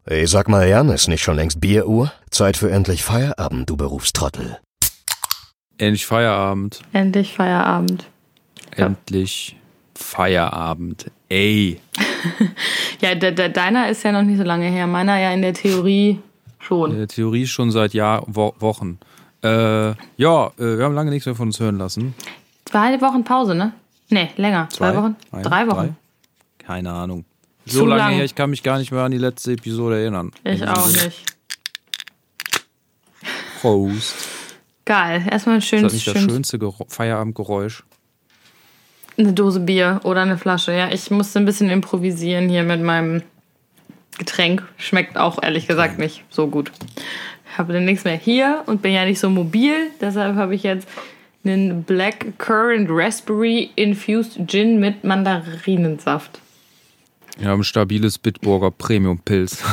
Ey, sag mal, Jan, ist nicht schon längst Bieruhr? Zeit für endlich Feierabend, du Berufstrottel. Endlich Feierabend. Endlich Feierabend. Endlich Feierabend. Ey. Ja, deiner ist ja noch nicht so lange her. Meiner ja in der Theorie schon. In der Theorie schon seit Wochen. Wir haben lange nichts mehr von uns hören lassen. 2 Wochen Pause, ne? Ne, länger. 2 Wochen? 3 Wochen. Keine Ahnung. So lange her, ich kann mich gar nicht mehr an die letzte Episode erinnern. Ich auch nicht. Prost. Geil. Erstmal ein schönes... Das ist nicht das schönste Feierabendgeräusch. Eine Dose Bier oder eine Flasche, ja. Ich musste ein bisschen improvisieren hier mit meinem Getränk. Schmeckt auch ehrlich gesagt nicht so gut. Ich habe dann nichts mehr hier und bin ja nicht so mobil. Deshalb habe ich jetzt einen Black Currant Raspberry Infused Gin mit Mandarinensaft. Wir haben ein stabiles Bitburger Premium Pilz.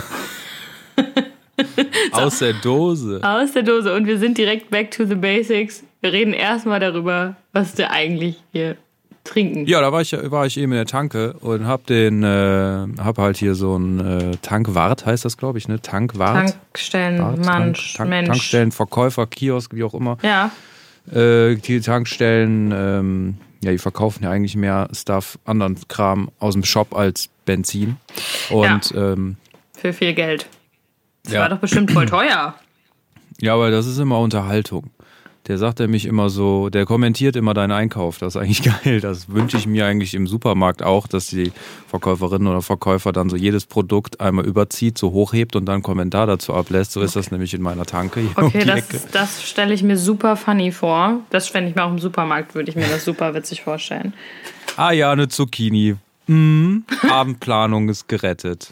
Aus der Dose. Aus der Dose. Und wir sind direkt back to the basics. Wir reden erstmal darüber, was wir eigentlich hier trinken. Ja, da war ich eben in der Tanke und hab halt hier so einen Tankwart, heißt das, glaube ich, ne? Tankwart. Mensch. Tankstellenverkäufer, Kiosk, wie auch immer. Ja. Die Tankstellen, die verkaufen ja eigentlich mehr Stuff, anderen Kram aus dem Shop als Benzin. Und für viel Geld. Das war doch bestimmt voll teuer. Ja, aber das ist immer Unterhaltung. Der sagt nämlich immer so, der kommentiert immer deinen Einkauf. Das ist eigentlich geil. Das wünsche ich mir eigentlich im Supermarkt auch, dass die Verkäuferin oder Verkäufer dann so jedes Produkt einmal überzieht, so hochhebt und dann einen Kommentar dazu ablässt. So ist das nämlich in meiner Tanke hier um die Ecke. Das stelle ich mir super funny vor. Das fände ich mir auch im Supermarkt, würde ich mir das super witzig vorstellen. Ah ja, eine Zucchini. Abendplanung ist gerettet.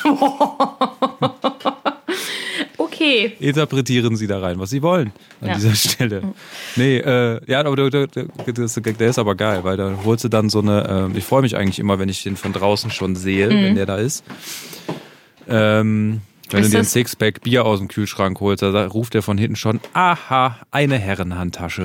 Okay. Interpretieren Sie da rein, was Sie wollen an dieser Stelle. Nee, aber der ist aber geil, weil da holst du dann so eine, ich freue mich eigentlich immer, wenn ich den von draußen schon sehe, wenn der da ist. Wenn du dir ein Sixpack Bier aus dem Kühlschrank holst, da ruft der von hinten schon, aha, eine Herrenhandtasche.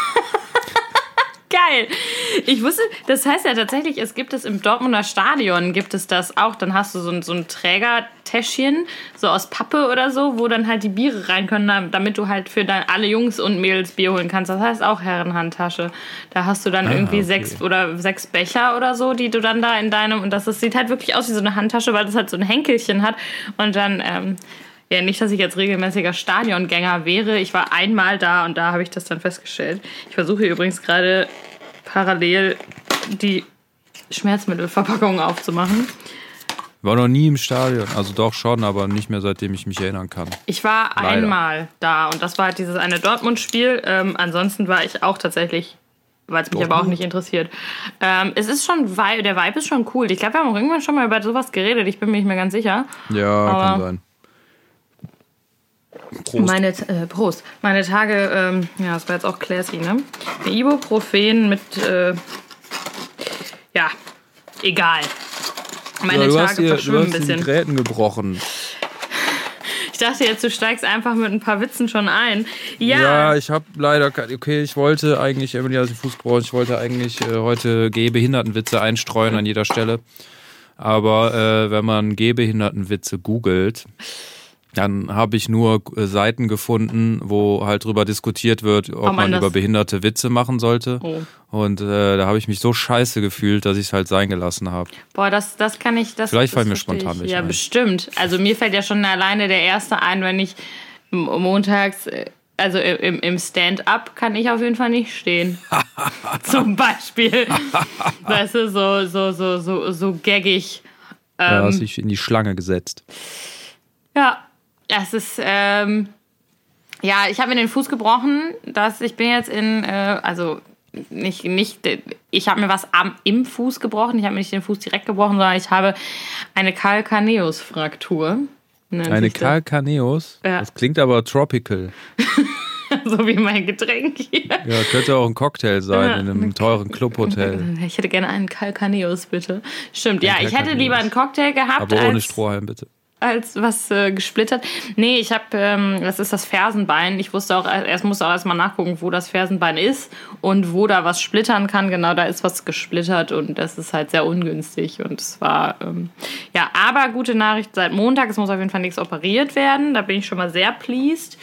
Geil. Ich wusste, das heißt ja tatsächlich, es gibt es im Dortmunder Stadion, gibt es das auch. Dann hast du so ein Trägertäschchen, so aus Pappe oder so, wo dann halt die Biere rein können, damit du halt für alle Jungs und Mädels Bier holen kannst. Das heißt auch Herrenhandtasche. Da hast du dann irgendwie 6 Becher oder so, die du dann da in deinem, und sieht halt wirklich aus wie so eine Handtasche, weil das halt so ein Henkelchen hat. Und dann, ja, nicht, dass ich jetzt regelmäßiger Stadiongänger wäre. Ich war einmal da und da habe ich das dann festgestellt. Ich versuche hier übrigens gerade parallel die Schmerzmittelverpackung aufzumachen. War noch nie im Stadion. Also doch schon, aber nicht mehr, seitdem ich mich erinnern kann. Ich war einmal da und das war halt dieses eine Dortmund-Spiel. Ansonsten war ich auch tatsächlich, weil es mich aber auch nicht interessiert. Es ist schon, der Vibe ist schon cool. Ich glaube, wir haben auch irgendwann schon mal über sowas geredet. Ich bin mir nicht mehr ganz sicher. Ja, kann sein. Prost. Prost. Meine Tage, das war jetzt auch classy, ne? Ibuprofen mit, egal. Meine Tage verschwimmen ein bisschen. Du hast die Gräten gebrochen. Ich dachte jetzt, du steigst einfach mit ein paar Witzen schon ein. Ja, ich habe leider, ich wollte eigentlich, Emily hat den Fuß gebrochen, heute Gehbehindertenwitze einstreuen an jeder Stelle. Aber wenn man Gehbehindertenwitze googelt, dann habe ich nur Seiten gefunden, wo halt drüber diskutiert wird, ob man über behinderte Witze machen sollte. Oh. Und da habe ich mich so scheiße gefühlt, dass ich es halt sein gelassen habe. Boah, das kann ich... Vielleicht fallen mir spontan welche ein. Ja, bestimmt. Also mir fällt ja schon alleine der erste ein, wenn ich montags... Also im Stand-up kann ich auf jeden Fall nicht stehen. Zum Beispiel. Weißt du, so gaggig. Da hast du dich in die Schlange gesetzt. Ja. Das ist, ich habe mir den Fuß gebrochen, ich bin jetzt ich habe mir was im Fuß gebrochen, ich habe mir nicht den Fuß direkt gebrochen, sondern ich habe eine Calcaneus-Fraktur. Eine Calcaneus? Ja. Das klingt aber tropical. So wie mein Getränk hier. Ja, könnte auch ein Cocktail sein in einem teuren Clubhotel. Ich hätte gerne einen Calcaneus, bitte. Stimmt, ich hätte lieber einen Cocktail gehabt. Aber ohne Strohhalm, bitte. als was gesplittert. Nee, ich habe, das ist das Fersenbein. Ich musste auch erst mal nachgucken, wo das Fersenbein ist und wo da was splittern kann. Genau, da ist was gesplittert und das ist halt sehr ungünstig. Und es war, aber gute Nachricht, seit Montag, es muss auf jeden Fall nichts operiert werden. Da bin ich schon mal sehr pleased.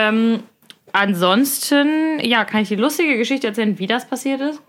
Ansonsten, kann ich die lustige Geschichte erzählen, wie das passiert ist?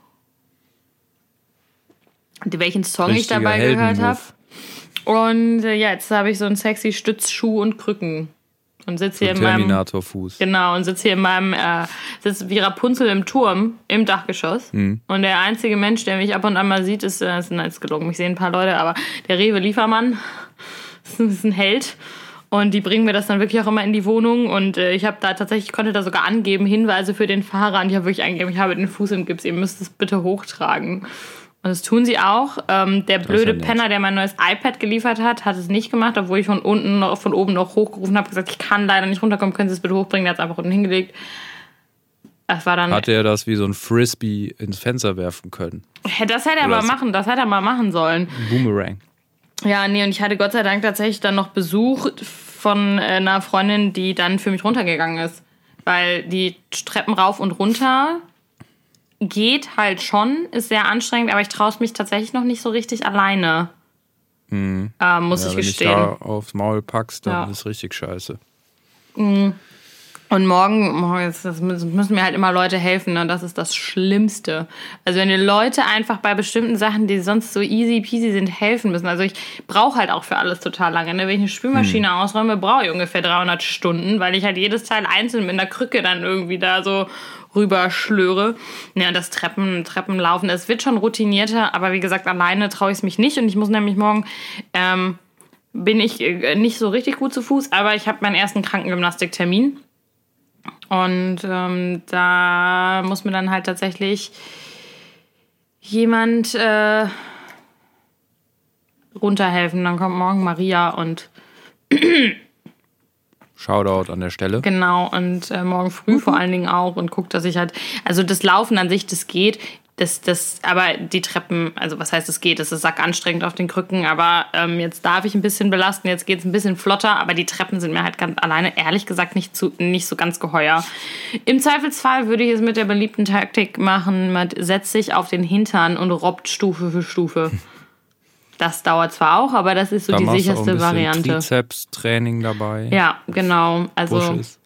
Welchen Song ich dabei gehört habe. Und jetzt habe ich so einen sexy Stützschuh und Krücken. Und sitze hier in meinem Terminator-Fuß. Genau, und sitze hier in meinem, sitze wie Rapunzel im Turm, im Dachgeschoss. Mhm. Und der einzige Mensch, der mich ab und an mal sieht, ist gelogen. Mich sehen ein paar Leute, aber der Rewe-Liefermann ist ein Held. Und die bringen mir das dann wirklich auch immer in die Wohnung. Und ich konnte da sogar angeben, Hinweise für den Fahrer. Und ich habe wirklich eingegeben, ich habe den Fuß im Gips, ihr müsst es bitte hochtragen. Und das tun sie auch. Der blöde Penner, der mein neues iPad geliefert hat, hat es nicht gemacht, obwohl ich von oben noch hochgerufen habe, gesagt, ich kann leider nicht runterkommen, können Sie es bitte hochbringen? Der hat es einfach unten hingelegt. Das war dann. Hatte er das wie so ein Frisbee ins Fenster werfen können? Das hätte er mal machen sollen. Boomerang. Ja, nee, und ich hatte Gott sei Dank tatsächlich dann noch Besuch von einer Freundin, die dann für mich runtergegangen ist. Weil die Treppen rauf und runter geht halt schon, ist sehr anstrengend, aber ich traue es mich tatsächlich noch nicht so richtig alleine. Muss ich gestehen. Wenn du da aufs Maul packst, dann ist richtig scheiße. Und morgen müssen mir halt immer Leute helfen, ne? Das ist das Schlimmste. Also wenn dir Leute einfach bei bestimmten Sachen, die sonst so easy peasy sind, helfen müssen. Also ich brauche halt auch für alles total lange. Ne? Wenn ich eine Spülmaschine ausräume, brauche ich ungefähr 300 Stunden, weil ich halt jedes Teil einzeln mit einer Krücke dann irgendwie da so rüberschlöre. Ja, das Treppenlaufen, es wird schon routinierter, aber wie gesagt, alleine traue ich es mich nicht. Und ich muss nämlich morgen, bin ich nicht so richtig gut zu Fuß, aber ich habe meinen ersten Krankengymnastiktermin. Und da muss mir dann halt tatsächlich jemand runterhelfen. Dann kommt morgen Maria und Shoutout an der Stelle. Genau, und morgen früh vor allen Dingen auch und guckt, dass ich halt, also das Laufen an sich, das geht, aber die Treppen, also was heißt es geht, das ist sackanstrengend auf den Krücken, aber jetzt darf ich ein bisschen belasten, jetzt geht es ein bisschen flotter, aber die Treppen sind mir halt ganz alleine, ehrlich gesagt, nicht so ganz geheuer. Im Zweifelsfall würde ich es mit der beliebten Taktik machen, man setzt sich auf den Hintern und robbt Stufe für Stufe. Das dauert zwar auch, aber das ist so die sicherste Variante. Trizeps-Training dabei. Ja, genau. Also Bushes.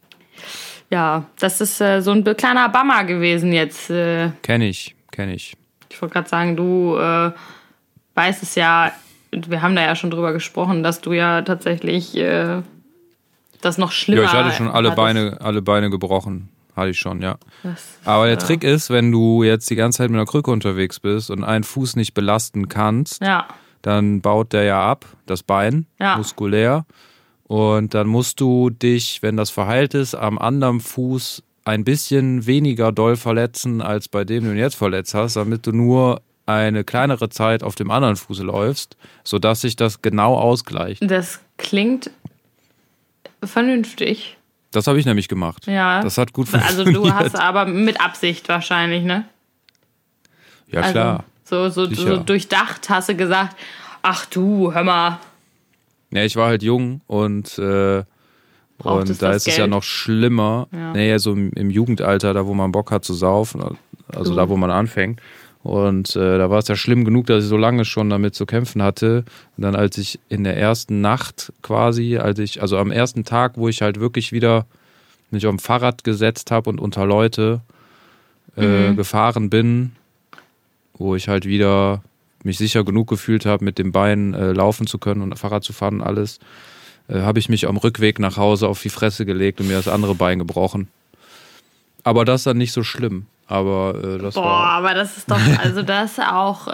Ja, das ist so ein kleiner Bummer gewesen jetzt. Kenn ich. Ich wollte gerade sagen, du weißt es ja, wir haben da ja schon drüber gesprochen, dass du ja tatsächlich das noch schlimmer. Ja, ich hatte schon alle Beine gebrochen. Hatte ich schon, ja. Aber der Trick ist, wenn du jetzt die ganze Zeit mit einer Krücke unterwegs bist und einen Fuß nicht belasten kannst, dann baut der ja ab, das Bein, muskulär. Und dann musst du dich, wenn das verheilt ist, am anderen Fuß ein bisschen weniger doll verletzen, als bei dem du ihn jetzt verletzt hast, damit du nur eine kleinere Zeit auf dem anderen Fuß läufst, sodass sich das genau ausgleicht. Das klingt vernünftig. Das habe ich nämlich gemacht. Ja. Das hat gut funktioniert. Also du hast aber mit Absicht wahrscheinlich, ne? Ja, klar. Also so durchdacht hast du gesagt, ach du, hör mal. Ja, ich war halt jung und da ist es ja noch schlimmer. Ja. Nee, so im Jugendalter, da wo man Bock hat zu saufen, also da wo man anfängt. Und da war es ja schlimm genug, dass ich so lange schon damit zu kämpfen hatte. Und dann als ich in der ersten Nacht quasi, also am ersten Tag, wo ich halt wirklich wieder mich auf dem Fahrrad gesetzt habe und unter Leute gefahren bin, wo ich halt wieder mich sicher genug gefühlt habe, mit dem Bein laufen zu können und Fahrrad zu fahren und alles, habe ich mich am Rückweg nach Hause auf die Fresse gelegt und mir das andere Bein gebrochen. Aber das ist dann nicht so schlimm. Aber das war... aber das ist doch, also das ist auch,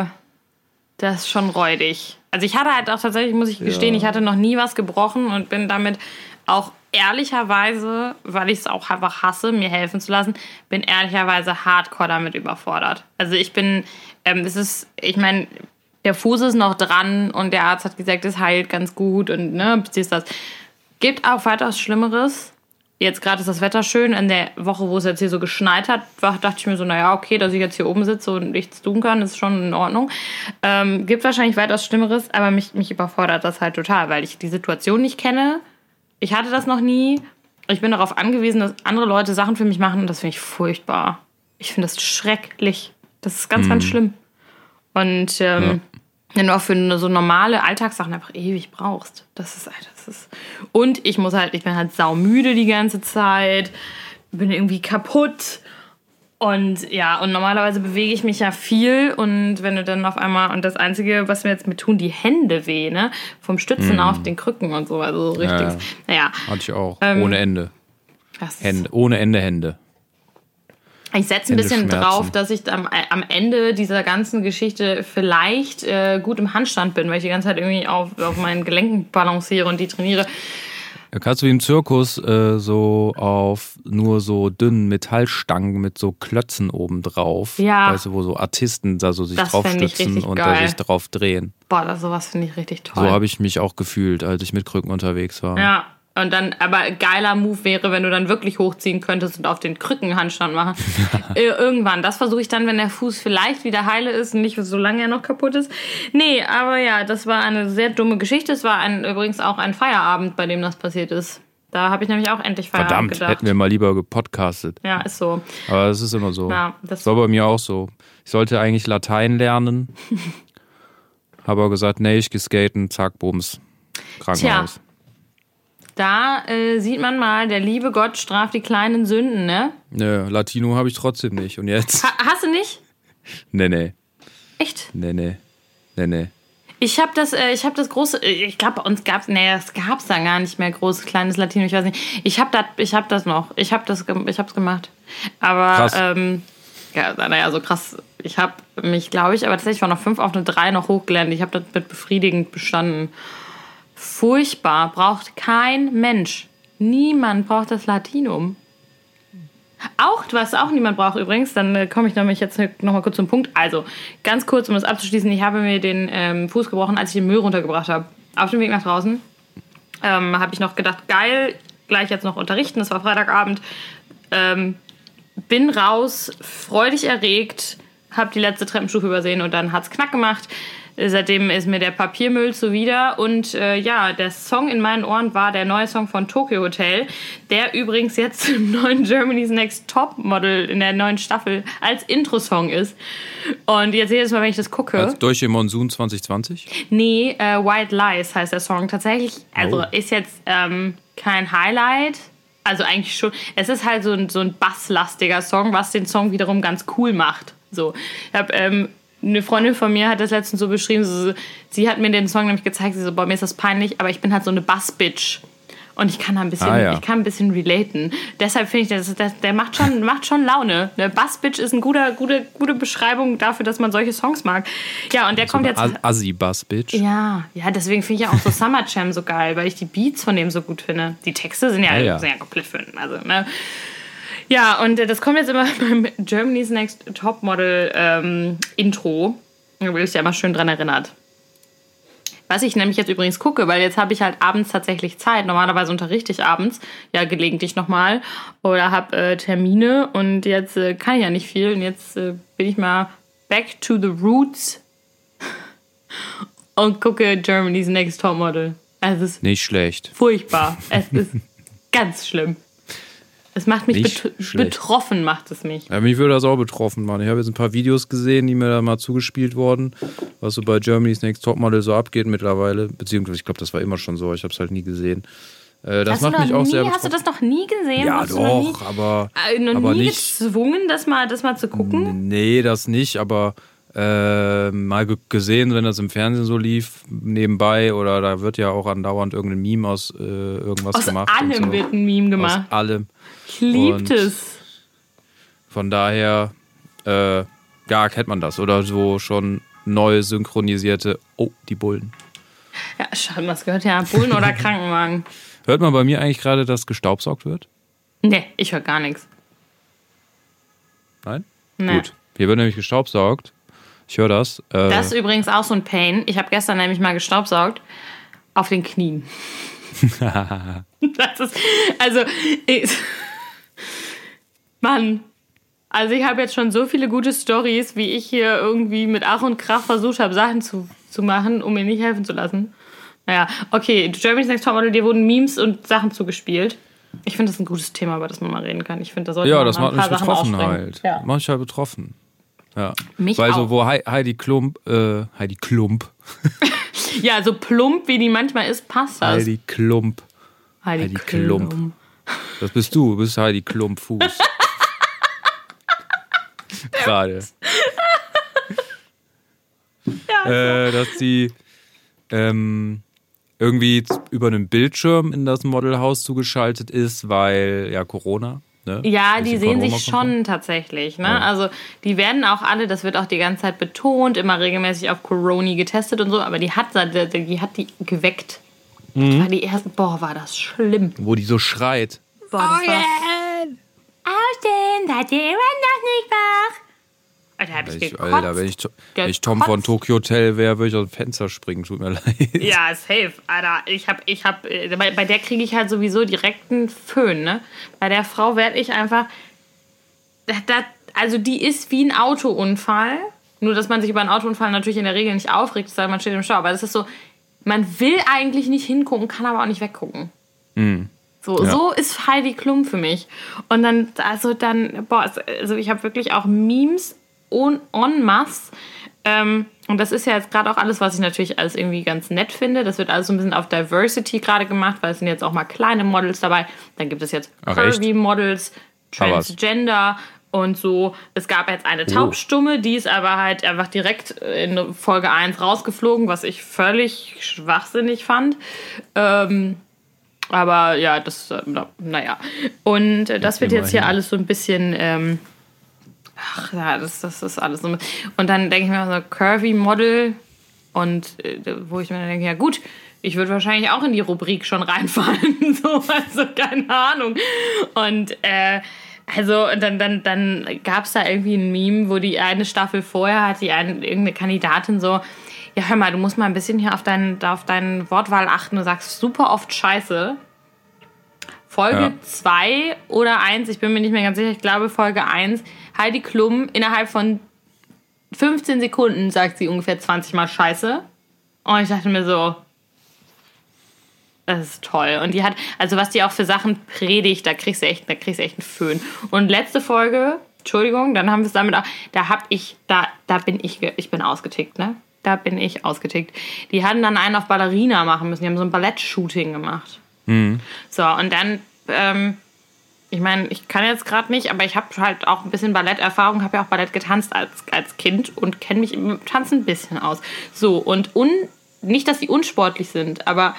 das ist schon räudig. Also ich hatte halt auch tatsächlich, muss ich gestehen, ich hatte noch nie was gebrochen und bin damit auch ehrlicherweise, weil ich es auch einfach hasse, mir helfen zu lassen, bin ehrlicherweise hardcore damit überfordert. Also ich bin, ich meine, der Fuß ist noch dran und der Arzt hat gesagt, es heilt ganz gut und ne, siehst das. Gibt auch weitaus Schlimmeres jetzt gerade ist das Wetter schön. In der Woche, wo es jetzt hier so geschneit hat, dachte ich mir so, naja, okay, dass ich jetzt hier oben sitze und nichts tun kann, ist schon in Ordnung. Gibt wahrscheinlich weitaus Schlimmeres, aber mich überfordert das halt total, weil ich die Situation nicht kenne. Ich hatte das noch nie. Ich bin darauf angewiesen, dass andere Leute Sachen für mich machen und das finde ich furchtbar. Ich finde das schrecklich. Das ist ganz, ganz schlimm. Und wenn du auch für so normale Alltagssachen einfach ewig brauchst. Das ist. Und ich bin halt saumüde die ganze Zeit, bin irgendwie kaputt. Und ja, und normalerweise bewege ich mich ja viel und wenn du dann auf einmal, und das Einzige, was mir jetzt mit tun, die Hände weh, ne? Vom Stützen auf den Krücken und so, also so richtig. Ja. Naja. Hatte ich auch, ohne Ende. Ohne Ende Hände. Ich setze ein bisschen drauf, dass ich am Ende dieser ganzen Geschichte vielleicht gut im Handstand bin, weil ich die ganze Zeit irgendwie auf meinen Gelenken balanciere und die trainiere. Da kannst du wie im Zirkus so auf nur so dünnen Metallstangen mit so Klötzen oben drauf. Ja. Weißt du, wo so Artisten da so sich Das draufstützen und da sich drauf drehen. Boah, sowas finde ich richtig toll. So habe ich mich auch gefühlt, als ich mit Krücken unterwegs war. Ja. Und dann, aber geiler Move wäre, wenn du dann wirklich hochziehen könntest und auf den Krücken Handstand machen. Irgendwann. Das versuche ich dann, wenn der Fuß vielleicht wieder heile ist und nicht so lange er noch kaputt ist. Nee, aber ja, das war eine sehr dumme Geschichte. Es war übrigens auch ein Feierabend, bei dem das passiert ist. Da habe ich nämlich auch endlich Feierabend gedacht. Hätten wir mal lieber gepodcastet. Ja, ist so. Aber das ist immer so. Ja, das war bei mir auch so. Ich sollte eigentlich Latein lernen. Habe aber gesagt, nee, ich gehe skaten, zack, bums. Krankenhaus. Tja. Da sieht man mal, der liebe Gott straft die kleinen Sünden, ne? Nö, Latino habe ich trotzdem nicht. Und jetzt? Hast du nicht? Nee. Echt? Nee. Ich habe das große, ich glaube, bei uns gab's da gar nicht mehr großes, kleines Latino, ich weiß nicht. Ich habe das noch. Ich hab's gemacht. Aber, krass. So krass. Ich habe mich, glaube ich, aber tatsächlich von einer 5 auf eine 3 noch hochgelernt. Ich habe das mit befriedigend bestanden. Furchtbar. Braucht kein Mensch. Niemand braucht das Latinum. Was auch niemand braucht übrigens, dann komme ich nämlich jetzt noch mal kurz zum Punkt. Also, ganz kurz, um das abzuschließen, ich habe mir den Fuß gebrochen, als ich den Müll runtergebracht habe. Auf dem Weg nach draußen habe ich noch gedacht, geil, gleich jetzt noch unterrichten, das war Freitagabend. Bin raus, freudig erregt, habe die letzte Treppenstufe übersehen und dann hat's knack gemacht. Seitdem ist mir der Papiermüll zuwider und der Song in meinen Ohren war der neue Song von Tokyo Hotel, der übrigens jetzt im neuen Germany's Next Top Model in der neuen Staffel als Intro-Song ist. Und jetzt jedes Mal, wenn ich das gucke... Als Durch den Monsun 2020? Nee, White Lies heißt der Song. Tatsächlich, ist jetzt kein Highlight. Also eigentlich schon, es ist halt so ein basslastiger Song, was den Song wiederum ganz cool macht. So, ich habe... eine Freundin von mir hat das letztens so beschrieben, sie hat mir den Song nämlich gezeigt, sie so, boah, mir ist das peinlich, aber ich bin halt so eine Bass-Bitch. Und ich kann da ein bisschen relaten. Deshalb finde ich, der macht schon Laune. Eine Bass-Bitch ist eine gute Beschreibung dafür, dass man solche Songs mag. Ja, und der kommt jetzt... Assi-Bass-Bitch. Ja, deswegen finde ich ja auch so Summer Jam so geil, weil ich die Beats von dem so gut finde. Die Texte sind ja komplett für den, also, ne? Ja, und das kommt jetzt immer beim Germany's Next Topmodel Intro. Da bin ich ja immer schön dran erinnert. Was ich nämlich jetzt übrigens gucke, weil jetzt habe ich halt abends tatsächlich Zeit. Normalerweise unterrichte ich abends, ja gelegentlich nochmal. Oder habe Termine und jetzt kann ich ja nicht viel. Und jetzt bin ich mal back to the roots und gucke Germany's Next Topmodel. Es ist nicht schlecht. Furchtbar. Es ist ganz schlimm. Es macht mich betroffen, macht es mich. Ja, mich würde das auch betroffen machen. Ich habe jetzt ein paar Videos gesehen, die mir da mal zugespielt wurden, was so bei Germany's Next Topmodel so abgeht mittlerweile. Beziehungsweise, ich glaube, das war immer schon so. Ich habe es halt nie gesehen. Das macht mich auch sehr betroffen. Hast du das noch nie gesehen? Ja, doch, aber nie nicht gezwungen, das mal zu gucken? Nee, das nicht, aber mal gesehen, wenn das im Fernsehen so lief, nebenbei, oder da wird ja auch andauernd irgendein Meme aus irgendwas gemacht. Aus allem wird ein Meme gemacht. Aus allem. Ich liebe es. Von daher, kennt man das. Oder so schon neu synchronisierte, die Bullen. Ja, schon, was gehört ja, Bullen oder Krankenwagen. Hört man bei mir eigentlich gerade, dass gestaubsaugt wird? Nee, ich höre gar nichts. Nein? Nee. Gut, hier wird nämlich gestaubsaugt. Ich höre das. Das ist übrigens auch so ein Pain. Ich habe gestern nämlich mal gestaubsaugt auf den Knien. Das ist, also, Mann, also ich habe jetzt schon so viele gute Storys, wie ich hier irgendwie mit Ach und Krach versucht habe, Sachen zu machen, um mir nicht helfen zu lassen. Naja, okay, Germany's Next Topmodel, dir wurden Memes und Sachen zugespielt. Ich finde das ein gutes Thema, über das man mal reden kann. Ich finde, da sollte man das mal ein macht paar mich Sachen betroffen ausspringen. halt. Ja. Macht mich halt betroffen. Ja. Mich Weil auch. so, wo Heidi Klump, Ja, so plump, wie die manchmal ist, passt das. Heidi Klump. Heidi Klump. Das bist du bist Heidi Klump Fuß. Gerade. Ja, Dass sie irgendwie über einen Bildschirm in das Modelhaus zugeschaltet ist, weil ja Corona. Ne? Ja, die sehen sich Corona-konform. schon tatsächlich. Ne? Ja. Also die werden auch alle, das wird auch die ganze Zeit betont, immer regelmäßig auf Corona getestet und so, aber die hat die geweckt. Das war die erste, war das schlimm. Wo die so schreit. Boah, das war... Aufstehen, seid ihr immer noch nicht wach? Alter, hab ich gekotzt. Alter, wenn ich Tom von Tokyo Hotel wäre, würde ich aus dem Fenster springen. Tut mir leid. Ja, safe. Alter, bei der kriege ich halt sowieso direkt einen Föhn, ne? Bei der Frau werde ich einfach, also die ist wie ein Autounfall. Nur, dass man sich über einen Autounfall natürlich in der Regel nicht aufregt, weil man steht im Stau. Aber das ist so, man will eigentlich nicht hingucken, kann aber auch nicht weggucken. So ist Heidi Klum für mich. Und dann, also ich habe wirklich auch Memes en masse. Und das ist ja jetzt gerade auch alles, was ich natürlich alles irgendwie ganz nett finde. Das wird alles so ein bisschen auf Diversity gerade gemacht, weil es sind jetzt auch mal kleine Models dabei. Dann gibt es jetzt Curvy-Models, Transgender und so. Es gab jetzt eine Taubstumme, die ist aber halt einfach direkt in Folge 1 rausgeflogen, was ich völlig schwachsinnig fand. Aber ja, naja. Und das wird jetzt hier alles so ein bisschen... das ist alles so. Und dann denke ich mir so, Curvy-Model. Und wo ich mir dann denke, ja gut, ich würde wahrscheinlich auch in die Rubrik schon reinfallen. So, also keine Ahnung. Und dann gab es da irgendwie ein Meme, wo die eine Staffel vorher hat irgendeine Kandidatin so, ja hör mal, du musst mal ein bisschen hier auf deine Wortwahl achten. Du sagst super oft Scheiße. Folge 2 oder 1, ich bin mir nicht mehr ganz sicher, ich glaube Folge 1, Heidi Klum, innerhalb von 15 Sekunden sagt sie ungefähr 20 Mal Scheiße. Und ich dachte mir so, das ist toll. Und die hat, also was die auch für Sachen predigt, da kriegst du echt einen Föhn. Und letzte Folge, Entschuldigung, dann haben wir es damit auch, ich bin ausgetickt, ne? Da bin ich ausgetickt. Die hatten dann einen auf Ballerina machen müssen, die haben so ein Ballett-Shooting gemacht. So, und dann, ich meine, ich kann jetzt gerade nicht, aber ich habe halt auch ein bisschen Balletterfahrung, habe ja auch Ballett getanzt als Kind und kenne mich im Tanzen ein bisschen aus. So, und nicht, dass sie unsportlich sind, aber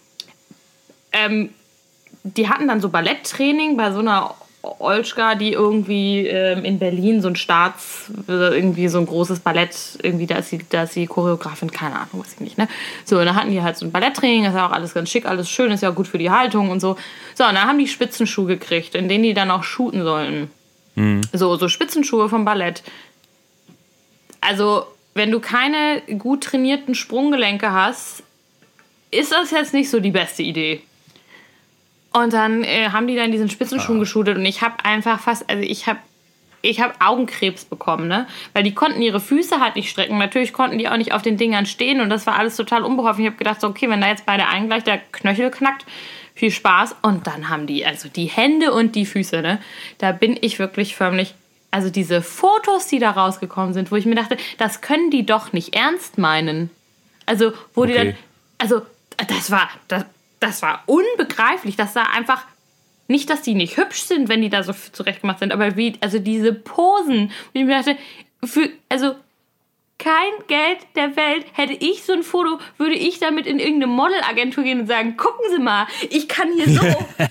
die hatten dann so Balletttraining bei so einer Olschka, die irgendwie in Berlin so irgendwie so ein großes Ballett, irgendwie da ist sie Choreografin, keine Ahnung, weiß ich nicht, ne? So, und dann hatten die halt so ein Balletttraining, das ist ja auch alles ganz schick, alles schön, ist ja auch gut für die Haltung und so. So, und dann haben die Spitzenschuhe gekriegt, in denen die dann auch shooten sollten. So Spitzenschuhe vom Ballett. Also, wenn du keine gut trainierten Sprunggelenke hast, ist das jetzt nicht so die beste Idee. Und dann haben die dann diesen Spitzenschuhen geschootet und ich habe einfach ich habe Augenkrebs bekommen, ne? Weil die konnten ihre Füße halt nicht strecken. Natürlich konnten die auch nicht auf den Dingern stehen und das war alles total unbeholfen. Ich habe gedacht, so, okay, wenn da jetzt bei der einen gleich der Knöchel knackt, viel Spaß. Und dann haben die, also die Hände und die Füße, ne? Da bin ich wirklich förmlich, also diese Fotos, die da rausgekommen sind, wo ich mir dachte, das können die doch nicht ernst meinen. Also, wo die dann, also, das war unbegreiflich. Das sah einfach, nicht, dass die nicht hübsch sind, wenn die da so zurechtgemacht sind, aber also diese Posen, wo ich mir dachte, also kein Geld der Welt, hätte ich so ein Foto, würde ich damit in irgendeine Modelagentur gehen und sagen, gucken Sie mal, ich kann hier so.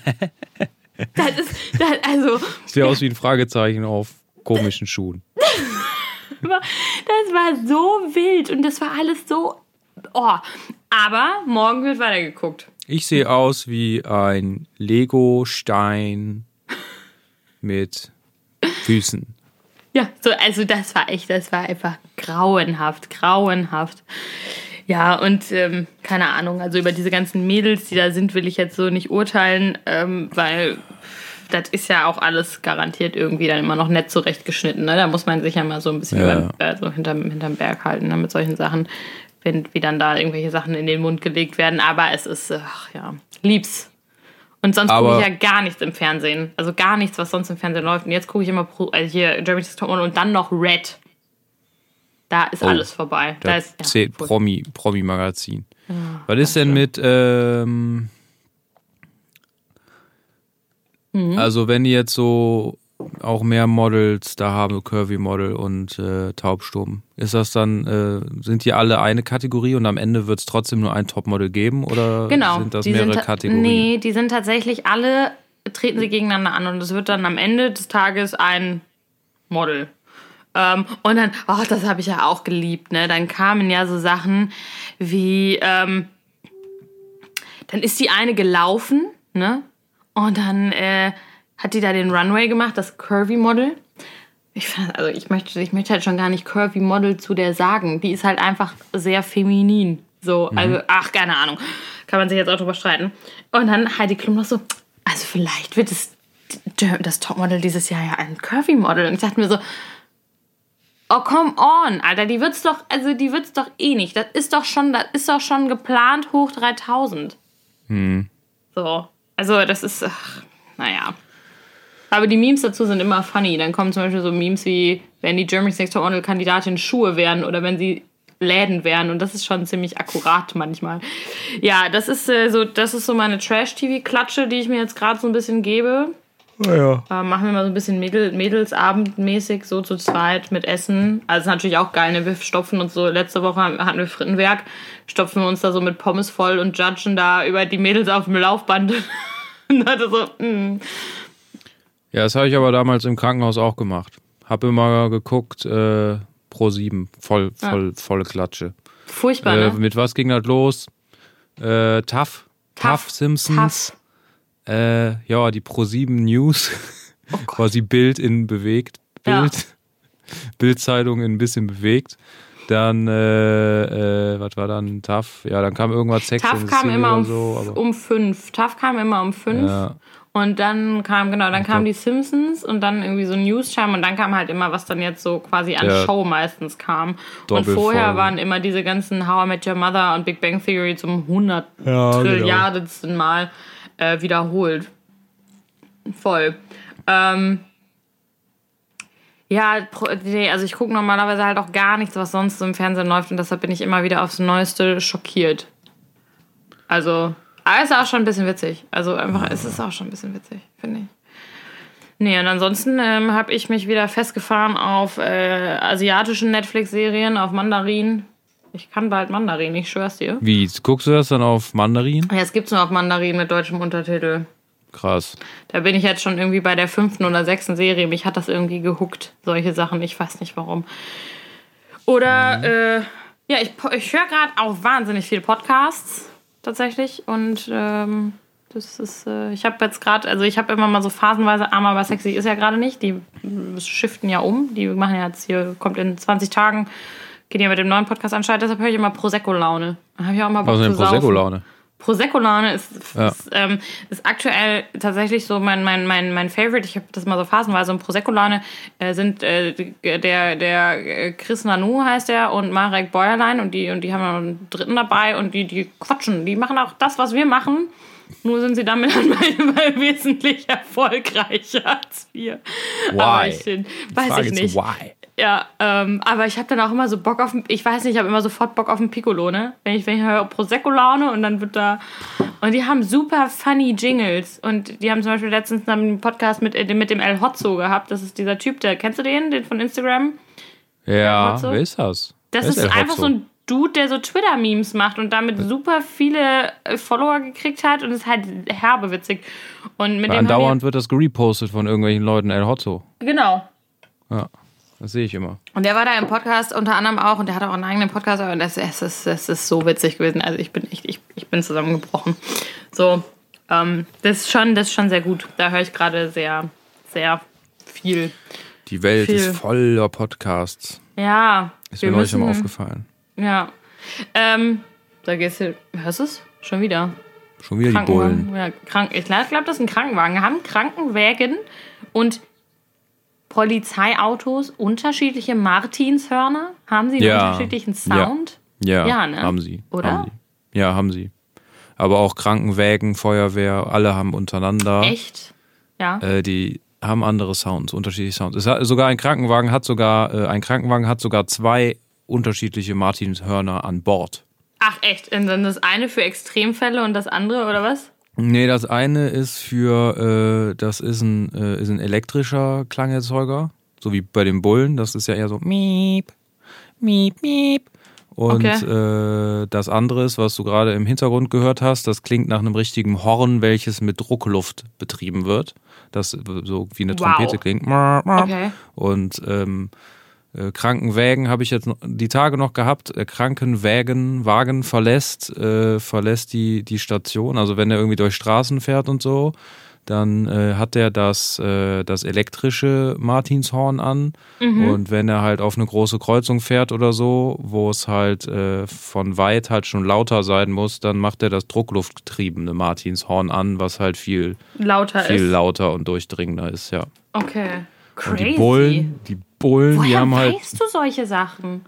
Sieht aus wie ein Fragezeichen auf komischen Schuhen. Das war so wild und das war alles so, aber morgen wird weitergeguckt. Ich sehe aus wie ein Lego-Stein mit Füßen. Ja, so, also das war einfach grauenhaft. Ja, und keine Ahnung, also über diese ganzen Mädels, die da sind, will ich jetzt so nicht urteilen, weil das ist ja auch alles garantiert irgendwie dann immer noch nett zurechtgeschnitten. Ne? Da muss man sich ja mal so ein bisschen so hinterm Berg halten, ne, mit solchen Sachen, wie dann da irgendwelche Sachen in den Mund gelegt werden. Aber es ist, lieb's. Und sonst gucke ich ja gar nichts im Fernsehen. Also gar nichts, was sonst im Fernsehen läuft. Und jetzt gucke ich immer hier Germany's Next Topmodel und dann noch Red. Da ist alles vorbei. Da ist Promi-Magazin. Ja, was ist denn mit also wenn die jetzt so auch mehr Models da haben, Curvy-Model und Taubstummen, ist das dann, sind die alle eine Kategorie und am Ende wird es trotzdem nur ein Topmodel geben oder sind das mehrere Kategorien? Nee, die sind tatsächlich alle, treten sie gegeneinander an und es wird dann am Ende des Tages ein Model. Und dann, das habe ich ja auch geliebt, ne? Dann kamen ja so Sachen wie, dann ist die eine gelaufen, ne? Und dann hat die da den Runway gemacht, das Curvy-Model. Ich möchte halt schon gar nicht Curvy-Model zu der sagen. Die ist halt einfach sehr feminin. So, also, keine Ahnung. Kann man sich jetzt auch drüber streiten. Und dann Heidi Klum noch so, also vielleicht wird das Topmodel dieses Jahr ja ein Curvy-Model. Und ich dachte mir so, oh, come on, Alter, die wird's doch eh nicht. Das ist doch schon geplant hoch 3000. So. Also, das ist, naja. Aber die Memes dazu sind immer funny. Dann kommen zum Beispiel so Memes wie, wenn die Germany's Next Topmodel-Kandidatin Schuhe wären oder wenn sie Läden wären. Und das ist schon ziemlich akkurat manchmal. Ja, das ist so meine Trash-TV-Klatsche, die ich mir jetzt gerade so ein bisschen gebe. Ja. Machen wir mal so ein bisschen Mädelsabendmäßig, so zu zweit mit Essen. Also ist natürlich auch geil, ne? Wir stopfen uns so, letzte Woche hatten wir Frittenwerk, stopfen wir uns da so mit Pommes voll und judgen da über die Mädels auf dem Laufband. Und hatte so, Ja, das habe ich aber damals im Krankenhaus auch gemacht. Hab immer geguckt, Pro7, volle Klatsche. Furchtbar, ne? Mit was ging das los? Tough Simpsons. Die Pro7 News. Oh quasi Bild in bewegt. Bildzeitung in ein bisschen bewegt. Dann, was war dann Tough? Ja, dann kam irgendwas Sex Tough kam immer um 5. Tough kam immer um 5. Ja. Und dann kamen die Simpsons und dann irgendwie so News-Chime und dann kam halt immer, was dann jetzt so quasi an Show meistens kam. Und vorher waren immer diese ganzen How I Met Your Mother und Big Bang Theory zum 100 Trilliardensten Mal wiederholt. Voll. Also ich gucke normalerweise halt auch gar nichts, was sonst so im Fernsehen läuft und deshalb bin ich immer wieder aufs Neueste schockiert. Also, aber es ist auch schon ein bisschen witzig. Also einfach, es ist auch schon ein bisschen witzig, finde ich. Nee, und ansonsten habe ich mich wieder festgefahren auf asiatischen Netflix-Serien, auf Mandarin. Ich kann bald Mandarin, ich schwör's dir. Wie, guckst du das dann auf Mandarin? Ja, es gibt's nur auf Mandarin mit deutschem Untertitel. Krass. Da bin ich jetzt schon irgendwie bei der 5. oder 6. Serie. Mich hat das irgendwie gehuckt, solche Sachen. Ich weiß nicht warum. Oder, ich höre gerade auch wahnsinnig viele Podcasts, tatsächlich. Und das ist, ich habe jetzt gerade, also ich habe immer mal so phasenweise, Arm aber sexy ist ja gerade nicht. Die shiften ja um. Die machen ja jetzt hier, kommt in 20 Tagen, geht ja mit dem neuen Podcast an. Deshalb höre ich immer Prosecco-Laune. Da habe ich auch mal Bock zu saufen. Prosecco-Laune? Prosecco-Laune ist aktuell tatsächlich so mein Favorite. Ich habe das mal so phasenweise. Und Prosecco-Laune sind der Chris Nanu heißt der und Marek Bäuerlein und die haben noch einen dritten dabei und die quatschen. Die machen auch das, was wir machen. Nur sind sie damit wesentlich erfolgreicher als wir. Why? Aber weiß ich nicht. Why? Ja, aber ich habe dann auch immer so Bock auf, ich weiß nicht, ich habe immer sofort Bock auf ein Piccolo, ne? Wenn ich höre Prosecco-Laune und dann wird da, und die haben super funny Jingles und die haben zum Beispiel letztens einen Podcast mit dem El Hotzo gehabt, das ist dieser Typ, kennst du den von Instagram? Ja, wer ist das? Das ist einfach so ein Dude, der so Twitter-Memes macht und damit super viele Follower gekriegt hat und ist halt herbe witzig. Und mit dem andauernd wird das gerepostet von irgendwelchen Leuten, El Hotzo. Genau. Ja. Das sehe ich immer. Und der war da im Podcast unter anderem auch und der hat auch einen eigenen Podcast und das ist so witzig gewesen. Also ich bin zusammengebrochen. So, das ist schon sehr gut. Da höre ich gerade sehr, sehr viel. Die Welt ist voller Podcasts. Ja. Ist mir neulich mal aufgefallen. Ja. Da geht's hier. Hörst du es? Schon wieder. Schon wieder die Bullen. Ja, ich glaube, das ist ein Krankenwagen. Haben Krankenwägen und Polizeiautos unterschiedliche Martinshörner? Haben sie einen unterschiedlichen Sound? Ja, ne? haben sie. Oder? Haben sie. Ja, haben sie. Aber auch Krankenwägen, Feuerwehr, alle haben untereinander. Echt? Ja. Die haben andere Sounds, unterschiedliche Sounds. Ein Krankenwagen hat sogar 2 unterschiedliche Martinshörner an Bord. Ach echt? Und dann das eine für Extremfälle und das andere, oder was? Nee, das eine ist das ist ein elektrischer Klangerzeuger, so wie bei den Bullen. Das ist ja eher so miep, miep, miep. Und das andere ist, was du gerade im Hintergrund gehört hast, das klingt nach einem richtigen Horn, welches mit Druckluft betrieben wird. Das so wie eine Trompete klingt. Okay. Und Krankenwägen habe ich jetzt die Tage noch gehabt. Krankenwagen verlässt die Station. Also wenn er irgendwie durch Straßen fährt und so, dann hat er das elektrische Martinshorn an. Und wenn er halt auf eine große Kreuzung fährt oder so, wo es halt von weit halt schon lauter sein muss, dann macht er das druckluftgetriebene Martinshorn an, was halt viel lauter und durchdringender ist, ja. Okay. Crazy. Und die Bullen, Woher die haben halt weißt du solche Sachen?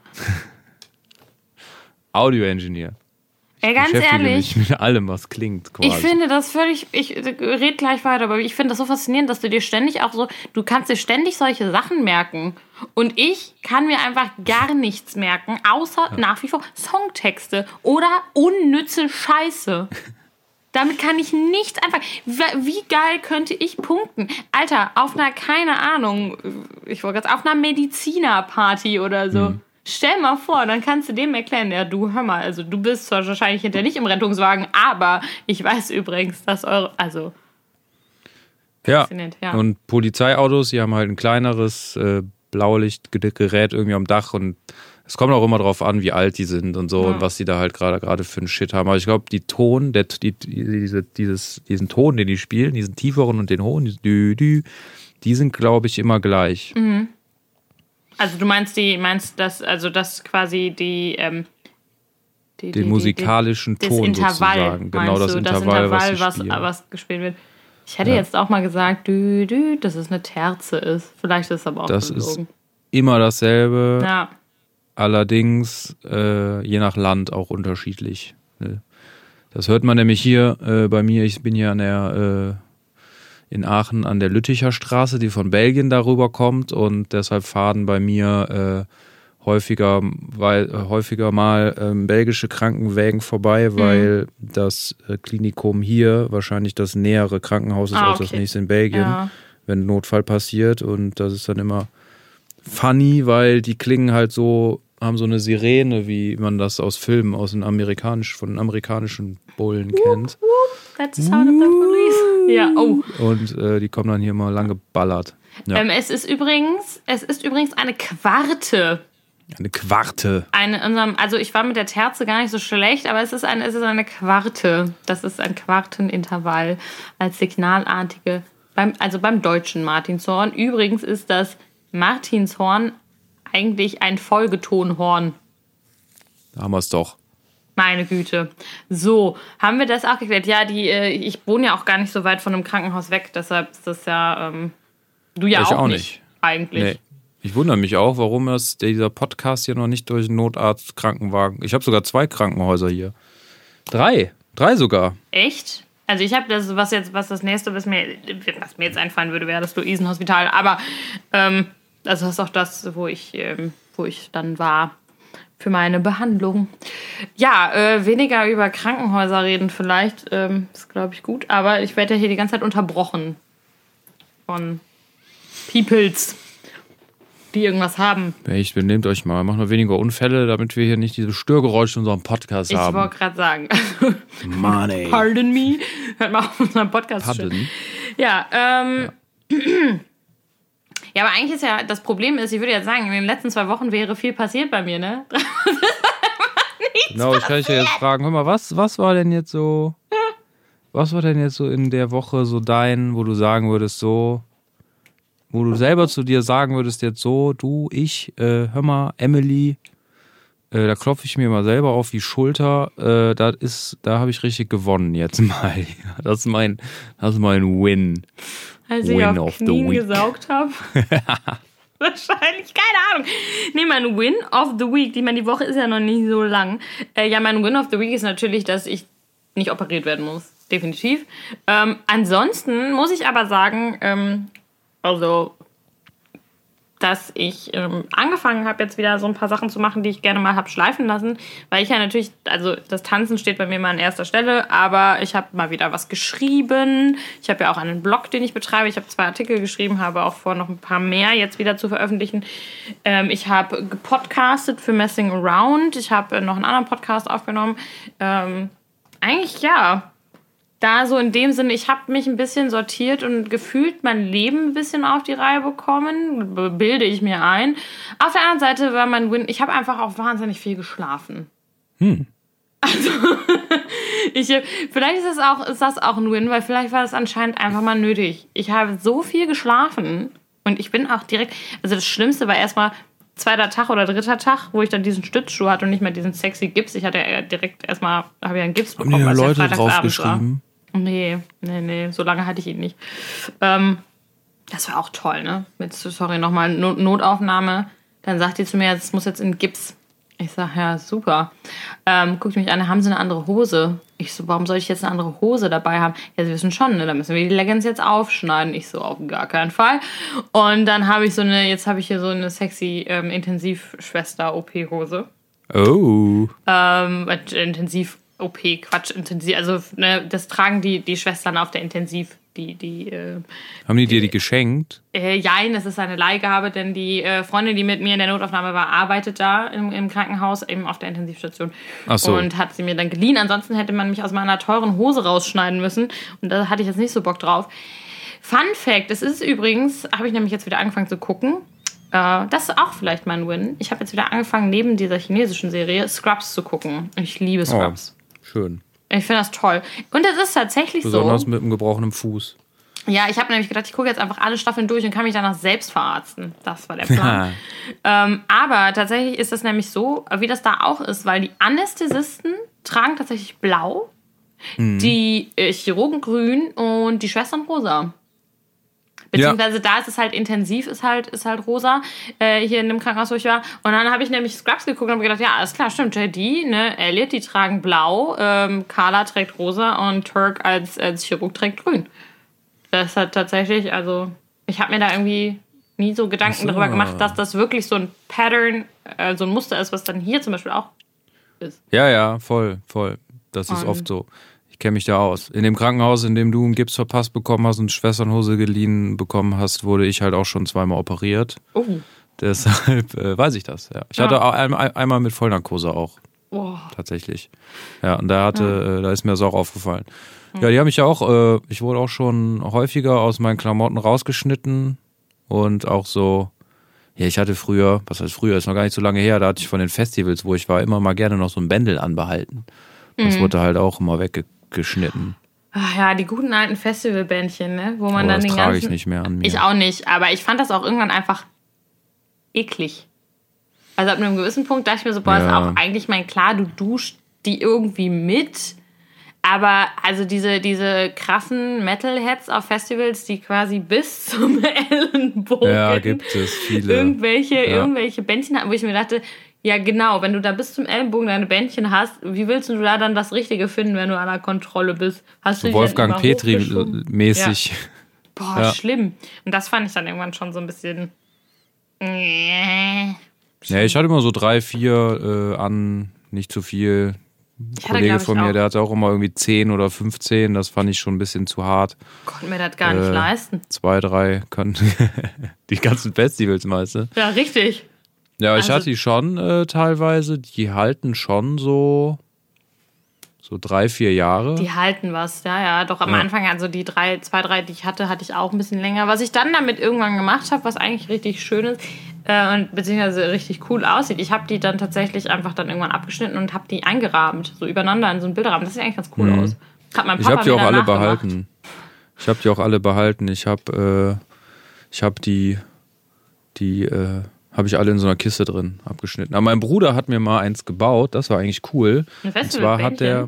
Audio-Engineer. Ey, ganz beschäftige ehrlich, mich mit allem, was klingt, quasi. ich finde das völlig, ich rede gleich weiter, aber ich finde das so faszinierend, dass du dir ständig auch so, du kannst dir ständig solche Sachen merken. Und ich kann mir einfach gar nichts merken, außer nach wie vor Songtexte oder unnütze Scheiße. Damit kann ich nichts anfangen. Wie geil könnte ich punkten? Alter, auf einer, keine Ahnung, auf einer Medizinerparty oder so. Stell mal vor, dann kannst du dem erklären, ja, du, hör mal, also du bist zwar wahrscheinlich hinterher nicht im Rettungswagen, aber ich weiß übrigens, dass ja, und Polizeiautos, die haben halt ein kleineres Blaulichtgerät irgendwie am Dach und es kommt auch immer drauf an, wie alt die sind und so und was die da halt gerade für einen Shit haben. Aber ich glaube, diesen Ton, den die spielen, diesen tieferen und den hohen, die sind, glaube ich, immer gleich. Mhm. Also du meinst das quasi den musikalischen Ton Intervall, sozusagen. Genau, das Intervall, was gespielt wird. Ich hätte jetzt auch mal gesagt, dass es eine Terze ist. Vielleicht ist es aber auch das gelogen. Ist immer dasselbe. Ja. Allerdings je nach Land auch unterschiedlich. Das hört man nämlich hier bei mir. Ich bin hier in Aachen an der Lütticher Straße, die von Belgien darüber kommt und deshalb fahren bei mir häufiger mal belgische Krankenwägen vorbei, weil das Klinikum hier wahrscheinlich das nähere Krankenhaus ist als das nächste in Belgien, wenn ein Notfall passiert und das ist dann immer funny, weil die klingen halt so, haben so eine Sirene, wie man das aus Filmen, von den amerikanischen Bullen kennt. That's the sound of the police. Ja, oh. Und die kommen dann hier mal lang geballert. Ja. Es ist übrigens eine Quarte. Eine Quarte. Also ich war mit der Terze gar nicht so schlecht, aber es ist eine Quarte. Das ist ein Quartenintervall als signalartige, beim deutschen Martinshorn. Übrigens ist das Martinshorn eigentlich ein Folgetonhorn. Da haben wir es doch. Meine Güte. So, haben wir das auch geklärt? Ja, ich wohne ja auch gar nicht so weit von einem Krankenhaus weg, deshalb ist das ja, du ja auch nicht. Eigentlich. Nee. Ich wundere mich auch, warum dieser Podcast hier noch nicht durch einen Notarzt-Krankenwagen. Ich habe sogar 2 Krankenhäuser hier. 3 sogar. Echt? Also ich habe das, was das nächste, was mir jetzt einfallen würde, wäre das Luisenhospital. Aber das ist auch das, wo ich dann war für meine Behandlung. Ja, weniger über Krankenhäuser reden vielleicht, ist glaube ich gut. Aber ich werde ja hier die ganze Zeit unterbrochen von Peoples, die irgendwas haben. Echt, benehmt euch mal. Macht nur weniger Unfälle, damit wir hier nicht diese Störgeräusche in unserem Podcast haben. Ich wollte gerade sagen. Mann, ey. Pardon me. Hört mal auf unseren Podcast. Pardon? Ja, ja, aber eigentlich ist ja, das Problem ist, ich würde jetzt sagen, in den letzten 2 Wochen wäre viel passiert bei mir, ne? Genau, ich kann dich ja jetzt fragen, hör mal, was war denn jetzt so in der Woche so wo du sagen würdest so, wo du selber zu dir sagen würdest jetzt so, du, hör mal, Emily, Da klopfe ich mir mal selber auf die Schulter. Da habe ich richtig gewonnen jetzt mal. Das ist mein Win. Als Win ich of auf the Knien week. gesaugt habe. Wahrscheinlich, keine Ahnung. Nee, mein Win of the Week, ich meine, die Woche ist ja noch nicht so lang. Mein Win of the Week ist natürlich, dass ich nicht operiert werden muss. Definitiv. Ansonsten muss ich aber sagen, dass ich angefangen habe, jetzt wieder so ein paar Sachen zu machen, die ich gerne mal habe schleifen lassen, weil ich ja natürlich, also das Tanzen steht bei mir mal an erster Stelle, aber ich habe mal wieder was geschrieben. Ich habe ja auch einen Blog, den ich betreibe. Ich habe 2 Artikel geschrieben, habe auch vor, noch ein paar mehr jetzt wieder zu veröffentlichen. Ich habe gepodcastet für Messing Around. Ich habe noch einen anderen Podcast aufgenommen. Eigentlich ja. Da so in dem Sinne, ich habe mich ein bisschen sortiert und gefühlt mein Leben ein bisschen auf die Reihe bekommen, bilde ich mir ein. Auf der anderen Seite war mein Win, ich habe einfach auch wahnsinnig viel geschlafen. Also, vielleicht ist das auch ein Win, weil vielleicht war das anscheinend einfach mal nötig. Ich habe so viel geschlafen und ich bin auch direkt, also das Schlimmste war erstmal 2. Tag oder 3. Tag, wo ich dann diesen Stützschuh hatte und nicht mehr diesen sexy Gips. Ich hatte ja direkt erstmal, habe ja einen Gips bekommen. Haben die als Leute ja draufgeschrieben? Nee, so lange hatte ich ihn nicht. Das war auch toll, ne? Sorry, nochmal Notaufnahme. Dann sagt die zu mir, es muss jetzt in Gips. Ich sag, ja, super. Guckt mich an, haben Sie eine andere Hose? Ich so, warum soll ich jetzt eine andere Hose dabei haben? Ja, Sie wissen schon, ne? Da müssen wir die Leggings jetzt aufschneiden. Ich so, auf gar keinen Fall. Und dann habe ich hier so eine sexy Intensivschwester-OP-Hose. Oh. Intensiv, also ne, das tragen die Schwestern auf der Intensiv. Haben die dir die geschenkt? Jein, das ist eine Leihgabe, denn die Freundin, die mit mir in der Notaufnahme war, arbeitet da im Krankenhaus, eben auf der Intensivstation. Ach so. Und hat sie mir dann geliehen. Ansonsten hätte man mich aus meiner teuren Hose rausschneiden müssen. Und da hatte ich jetzt nicht so Bock drauf. Fun Fact, es ist übrigens, habe ich nämlich jetzt wieder angefangen zu gucken. Das ist auch vielleicht mein Win. Ich habe jetzt wieder angefangen, neben dieser chinesischen Serie Scrubs zu gucken. Ich liebe Scrubs. Schön. Ich finde das toll. Und es ist tatsächlich Besonders mit einem gebrochenen Fuß. Ja, ich habe nämlich gedacht, ich gucke jetzt einfach alle Staffeln durch und kann mich danach selbst verarzten. Das war der Plan. Aber tatsächlich ist das nämlich so, wie das da auch ist, weil die Anästhesisten tragen tatsächlich blau, die Chirurgen grün und die Schwestern rosa. Beziehungsweise da ist es halt intensiv, ist halt rosa, hier in dem Krankenhaus, wo ich war. Und dann habe ich nämlich Scrubs geguckt und habe gedacht, ja, alles klar, stimmt. JD, ne, Elliot, die tragen blau, Carla trägt rosa und Turk als Chirurg trägt grün. Das hat tatsächlich, also, ich habe mir da irgendwie nie so Gedanken darüber gemacht, dass das wirklich so ein Pattern, so ein Muster ist, was dann hier zum Beispiel auch ist. Ja, voll. Das ist oft so. Ich kenne mich da aus. In dem Krankenhaus, in dem du einen Gips verpasst bekommen hast und Schwesternhose geliehen bekommen hast, wurde ich halt auch schon 2-mal operiert. Oh. Deshalb weiß ich das, ja. Ich hatte auch einmal mit Vollnarkose auch. Oh. Tatsächlich. Ja, und da ist mir das auch aufgefallen. Ja, die haben mich ja auch, ich wurde auch schon häufiger aus meinen Klamotten rausgeschnitten und auch so, ja, ich hatte früher, was heißt früher, ist noch gar nicht so lange her, da hatte ich von den Festivals, wo ich war, immer mal gerne noch so ein Bändel anbehalten. Das wurde halt auch immer weggeschnitten. Ach ja, die guten alten Festivalbändchen, ne? Wo man Aber dann das den trage ganzen... ich nicht mehr an mir. Ich auch nicht, aber ich fand das auch irgendwann einfach eklig. Also ab einem gewissen Punkt dachte ich mir so, boah, ist auch eigentlich klar, du duschst die irgendwie mit, aber also diese krassen Metalheads auf Festivals, die quasi bis zum Ellenbogen gibt es viele. irgendwelche Bändchen hatten, wo ich mir dachte, ja genau, wenn du da bis zum Ellenbogen deine Bändchen hast, wie willst du da dann das Richtige finden, wenn du an der Kontrolle bist? Hast du so Wolfgang Petri-mäßig. Ja. Boah, schlimm. Und das fand ich dann irgendwann schon so ein bisschen... Ja, ich hatte immer so 3, 4 an, nicht zu viel. Ein Kollege von mir, der hatte auch immer irgendwie 10 oder 15, das fand ich schon ein bisschen zu hart. Konnten mir das gar nicht leisten. 2, 3 können die ganzen Festivals meistens. Ja, richtig. Ja, ich hatte die schon teilweise, die halten schon so 3, 4 Jahre. Die halten was, ja. Doch am Anfang, also die 2, 3, die ich hatte ich auch ein bisschen länger. Was ich dann damit irgendwann gemacht habe, was eigentlich richtig schön ist, beziehungsweise richtig cool aussieht, ich habe die dann tatsächlich einfach dann irgendwann abgeschnitten und habe die eingerahmt, so übereinander in so einen Bilderrahmen. Das sieht eigentlich ganz cool aus. Hat mein Papa ich habe die auch alle nachgemacht. behalten. Ich habe die Habe ich alle in so einer Kiste drin abgeschnitten. Aber mein Bruder hat mir mal eins gebaut, das war eigentlich cool. Und zwar hat der,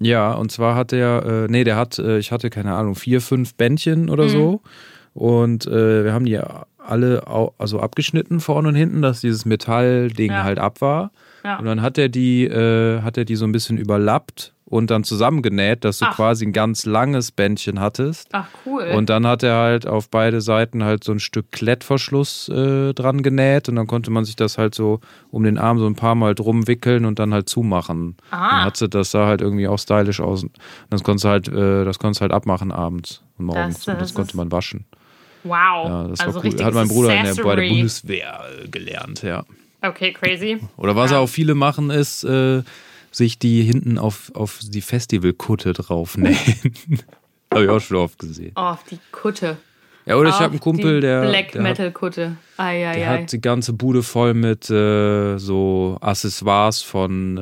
der hat, ich hatte keine Ahnung, 4, 5 Bändchen oder so. Und wir haben die alle also abgeschnitten vorne und hinten, dass dieses Metallding halt ab war. Ja. Und dann hat er die so ein bisschen überlappt und dann zusammengenäht, dass du quasi ein ganz langes Bändchen hattest. Ach, cool. Und dann hat er halt auf beide Seiten halt so ein Stück Klettverschluss dran genäht und dann konnte man sich das halt so um den Arm so ein paar Mal drum wickeln und dann halt zumachen. Dann das sah halt irgendwie auch stylisch aus. Und das konntest du halt abmachen abends und morgens. Und das konnte man waschen. Wow. Ja, das also war cool. Hat mein Bruder bei der Bundeswehr gelernt, ja. Okay, crazy. Oder was auch viele machen, ist sich die hinten auf die Festivalkutte draufnähen. Habe ich auch schon oft gesehen. Oh, auf die Kutte. Ja, oder ich habe einen Kumpel, der Black-Metal-Kutte. Der hat die ganze Bude voll mit so Accessoires von,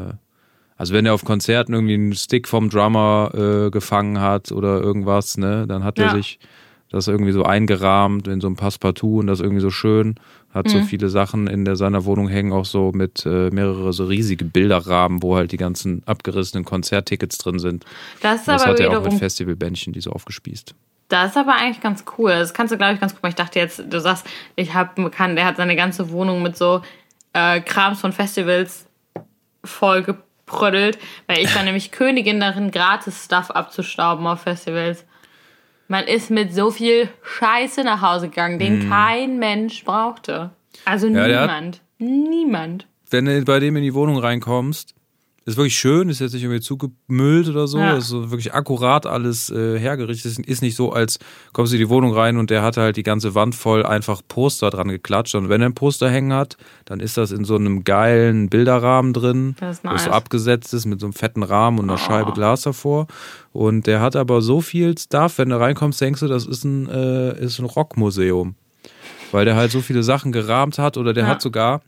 also wenn er auf Konzerten irgendwie einen Stick vom Drummer gefangen hat oder irgendwas, ne, dann hat er sich das irgendwie so eingerahmt in so ein Passepartout und das irgendwie so schön. Hat so viele Sachen in seiner Wohnung hängen, auch so mit mehrere so riesige Bilderrahmen, wo halt die ganzen abgerissenen Konzerttickets drin sind. Das hat er auch mit Festivalbändchen, die so aufgespießt. Das ist aber eigentlich ganz cool. Das kannst du, glaube ich, ganz gut machen. Ich dachte jetzt, du sagst, der hat seine ganze Wohnung mit so Krams von Festivals voll geprödelt, weil ich war nämlich Königin darin, gratis Stuff abzustauben auf Festivals. Man ist mit so viel Scheiße nach Hause gegangen, den kein Mensch brauchte. Also niemand. Niemand. Wenn du bei dem in die Wohnung reinkommst, ist wirklich schön, ist jetzt nicht irgendwie zugemüllt oder so, ist so wirklich akkurat alles hergerichtet. Ist nicht so, als kommst du in die Wohnung rein und der hatte halt die ganze Wand voll einfach Poster dran geklatscht. Und wenn er ein Poster hängen hat, dann ist das in so einem geilen Bilderrahmen drin, wo es so abgesetzt ist mit so einem fetten Rahmen und einer Scheibe Glas davor. Und der hat aber so viel Stuff, wenn du reinkommst, denkst du, das ist ein Rockmuseum. Weil der halt so viele Sachen gerahmt hat oder der hat sogar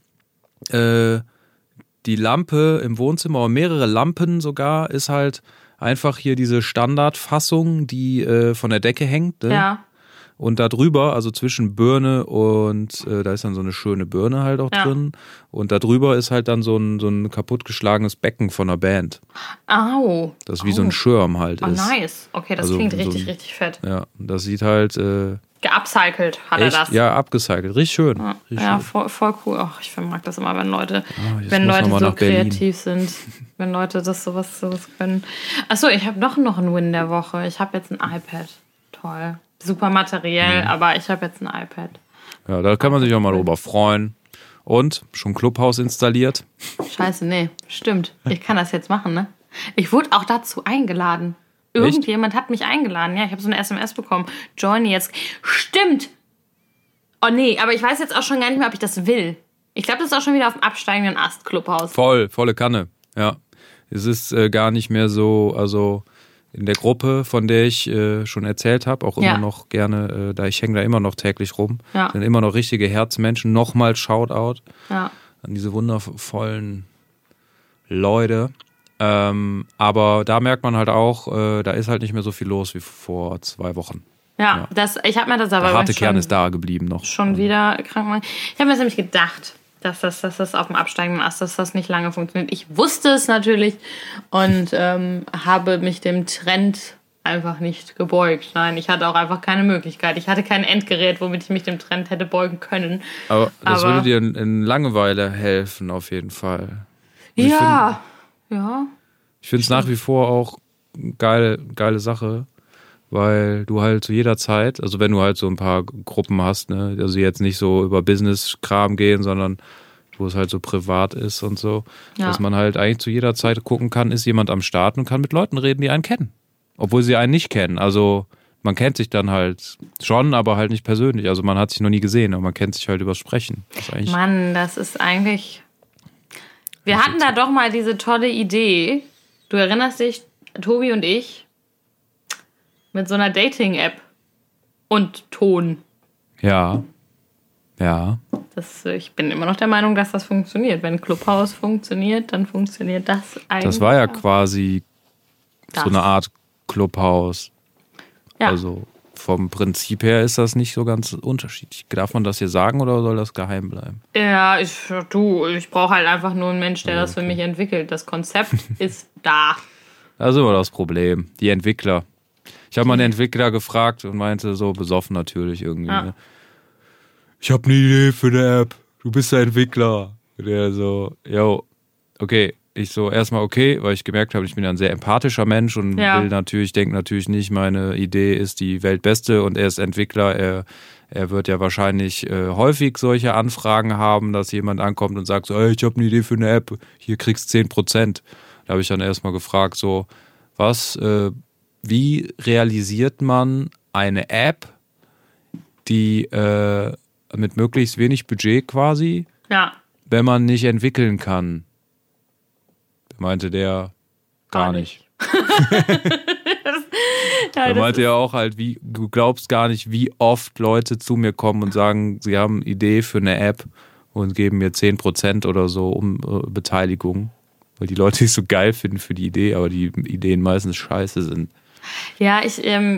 die Lampe im Wohnzimmer, oder mehrere Lampen sogar, ist halt einfach hier diese Standardfassung, die von der Decke hängt. Ne? Ja. Und da drüber, also zwischen Birne und da ist dann so eine schöne Birne halt auch drin. Und da drüber ist halt dann so ein kaputtgeschlagenes Becken von einer Band. Au. Das ist wie so ein Schirm halt ist. Oh, nice. Okay, das klingt richtig, richtig fett. Ja, das sieht halt... geupcycelt hat er das. Ja, abgecycelt. Richtig schön. Ja, voll cool. Ach, ich mag das immer, wenn Leute so kreativ sind. Wenn Leute das sowas können. Achso, ich habe noch einen Win der Woche. Ich habe jetzt ein iPad. Toll. Super materiell, aber ich habe jetzt ein iPad. Ja, da kann man sich auch mal drüber freuen. Und? Schon Clubhouse installiert? Scheiße, nee. Stimmt. Ich kann das jetzt machen, ne? Ich wurde auch dazu eingeladen. Irgendjemand hat mich eingeladen. Ja, ich habe so eine SMS bekommen. Join jetzt. Stimmt. Oh nee, aber ich weiß jetzt auch schon gar nicht mehr, ob ich das will. Ich glaube, das ist auch schon wieder auf dem absteigenden Ast Clubhaus. Volle Kanne. Ja. Es ist gar nicht mehr so, also in der Gruppe, von der ich schon erzählt habe, auch immer noch gerne, ich hänge da immer noch täglich rum, sind immer noch richtige Herzmenschen. Nochmal Shoutout an diese wundervollen Leute. Aber da merkt man halt auch, da ist halt nicht mehr so viel los wie vor 2 Wochen. Ja. Ich habe mir das aber... Der harte Kern ist da geblieben noch. Schon wieder krank. Ich habe mir das nämlich gedacht, dass das auf dem absteigenden Ast, dass das nicht lange funktioniert. Ich wusste es natürlich und habe mich dem Trend einfach nicht gebeugt. Nein, ich hatte auch einfach keine Möglichkeit. Ich hatte kein Endgerät, womit ich mich dem Trend hätte beugen können. Aber das würde dir in Langeweile helfen, auf jeden Fall. Ja. Ich finde es nach wie vor auch geile Sache, weil du halt zu jeder Zeit, also wenn du halt so ein paar Gruppen hast, ne, also jetzt nicht so über Business-Kram gehen, sondern wo es halt so privat ist und so, dass man halt eigentlich zu jeder Zeit gucken kann, ist jemand am Start und kann mit Leuten reden, die einen kennen. Obwohl sie einen nicht kennen. Also man kennt sich dann halt schon, aber halt nicht persönlich. Also man hat sich noch nie gesehen, aber man kennt sich halt übers Sprechen. Das ist eigentlich... Wir hatten da doch mal diese tolle Idee. Du erinnerst dich, Tobi und ich, mit so einer Dating-App und Ton. Ja. Ich bin immer noch der Meinung, dass das funktioniert. Wenn Clubhouse funktioniert, dann funktioniert das eigentlich. Das war ja quasi so eine Art Clubhouse. Ja. Also vom Prinzip her ist das nicht so ganz unterschiedlich. Darf man das hier sagen oder soll das geheim bleiben? Ja, ich brauche halt einfach nur einen Mensch, der das für mich entwickelt. Das Konzept ist da. Das ist immer das Problem. Die Entwickler. Ich habe mal einen Entwickler gefragt und meinte so besoffen natürlich irgendwie. Ja. Ne? Ich habe eine Idee für eine App. Du bist der Entwickler. Und der so, yo, okay. Ich so erstmal okay, weil ich gemerkt habe, ich bin ja ein sehr empathischer Mensch und denke natürlich nicht, meine Idee ist die weltbeste und er ist Entwickler. Er wird ja wahrscheinlich häufig solche Anfragen haben, dass jemand ankommt und sagt so, hey, ich habe eine Idee für eine App, hier kriegst 10%. Da habe ich dann erstmal gefragt, so, wie realisiert man eine App, die mit möglichst wenig Budget quasi, wenn man nicht entwickeln kann? Meinte der gar nicht. Er meinte ja auch halt, du glaubst gar nicht, wie oft Leute zu mir kommen und sagen, sie haben eine Idee für eine App und geben mir 10% oder so um Beteiligung. Weil die Leute es so geil finden für die Idee, aber die Ideen meistens scheiße sind. Ja, ich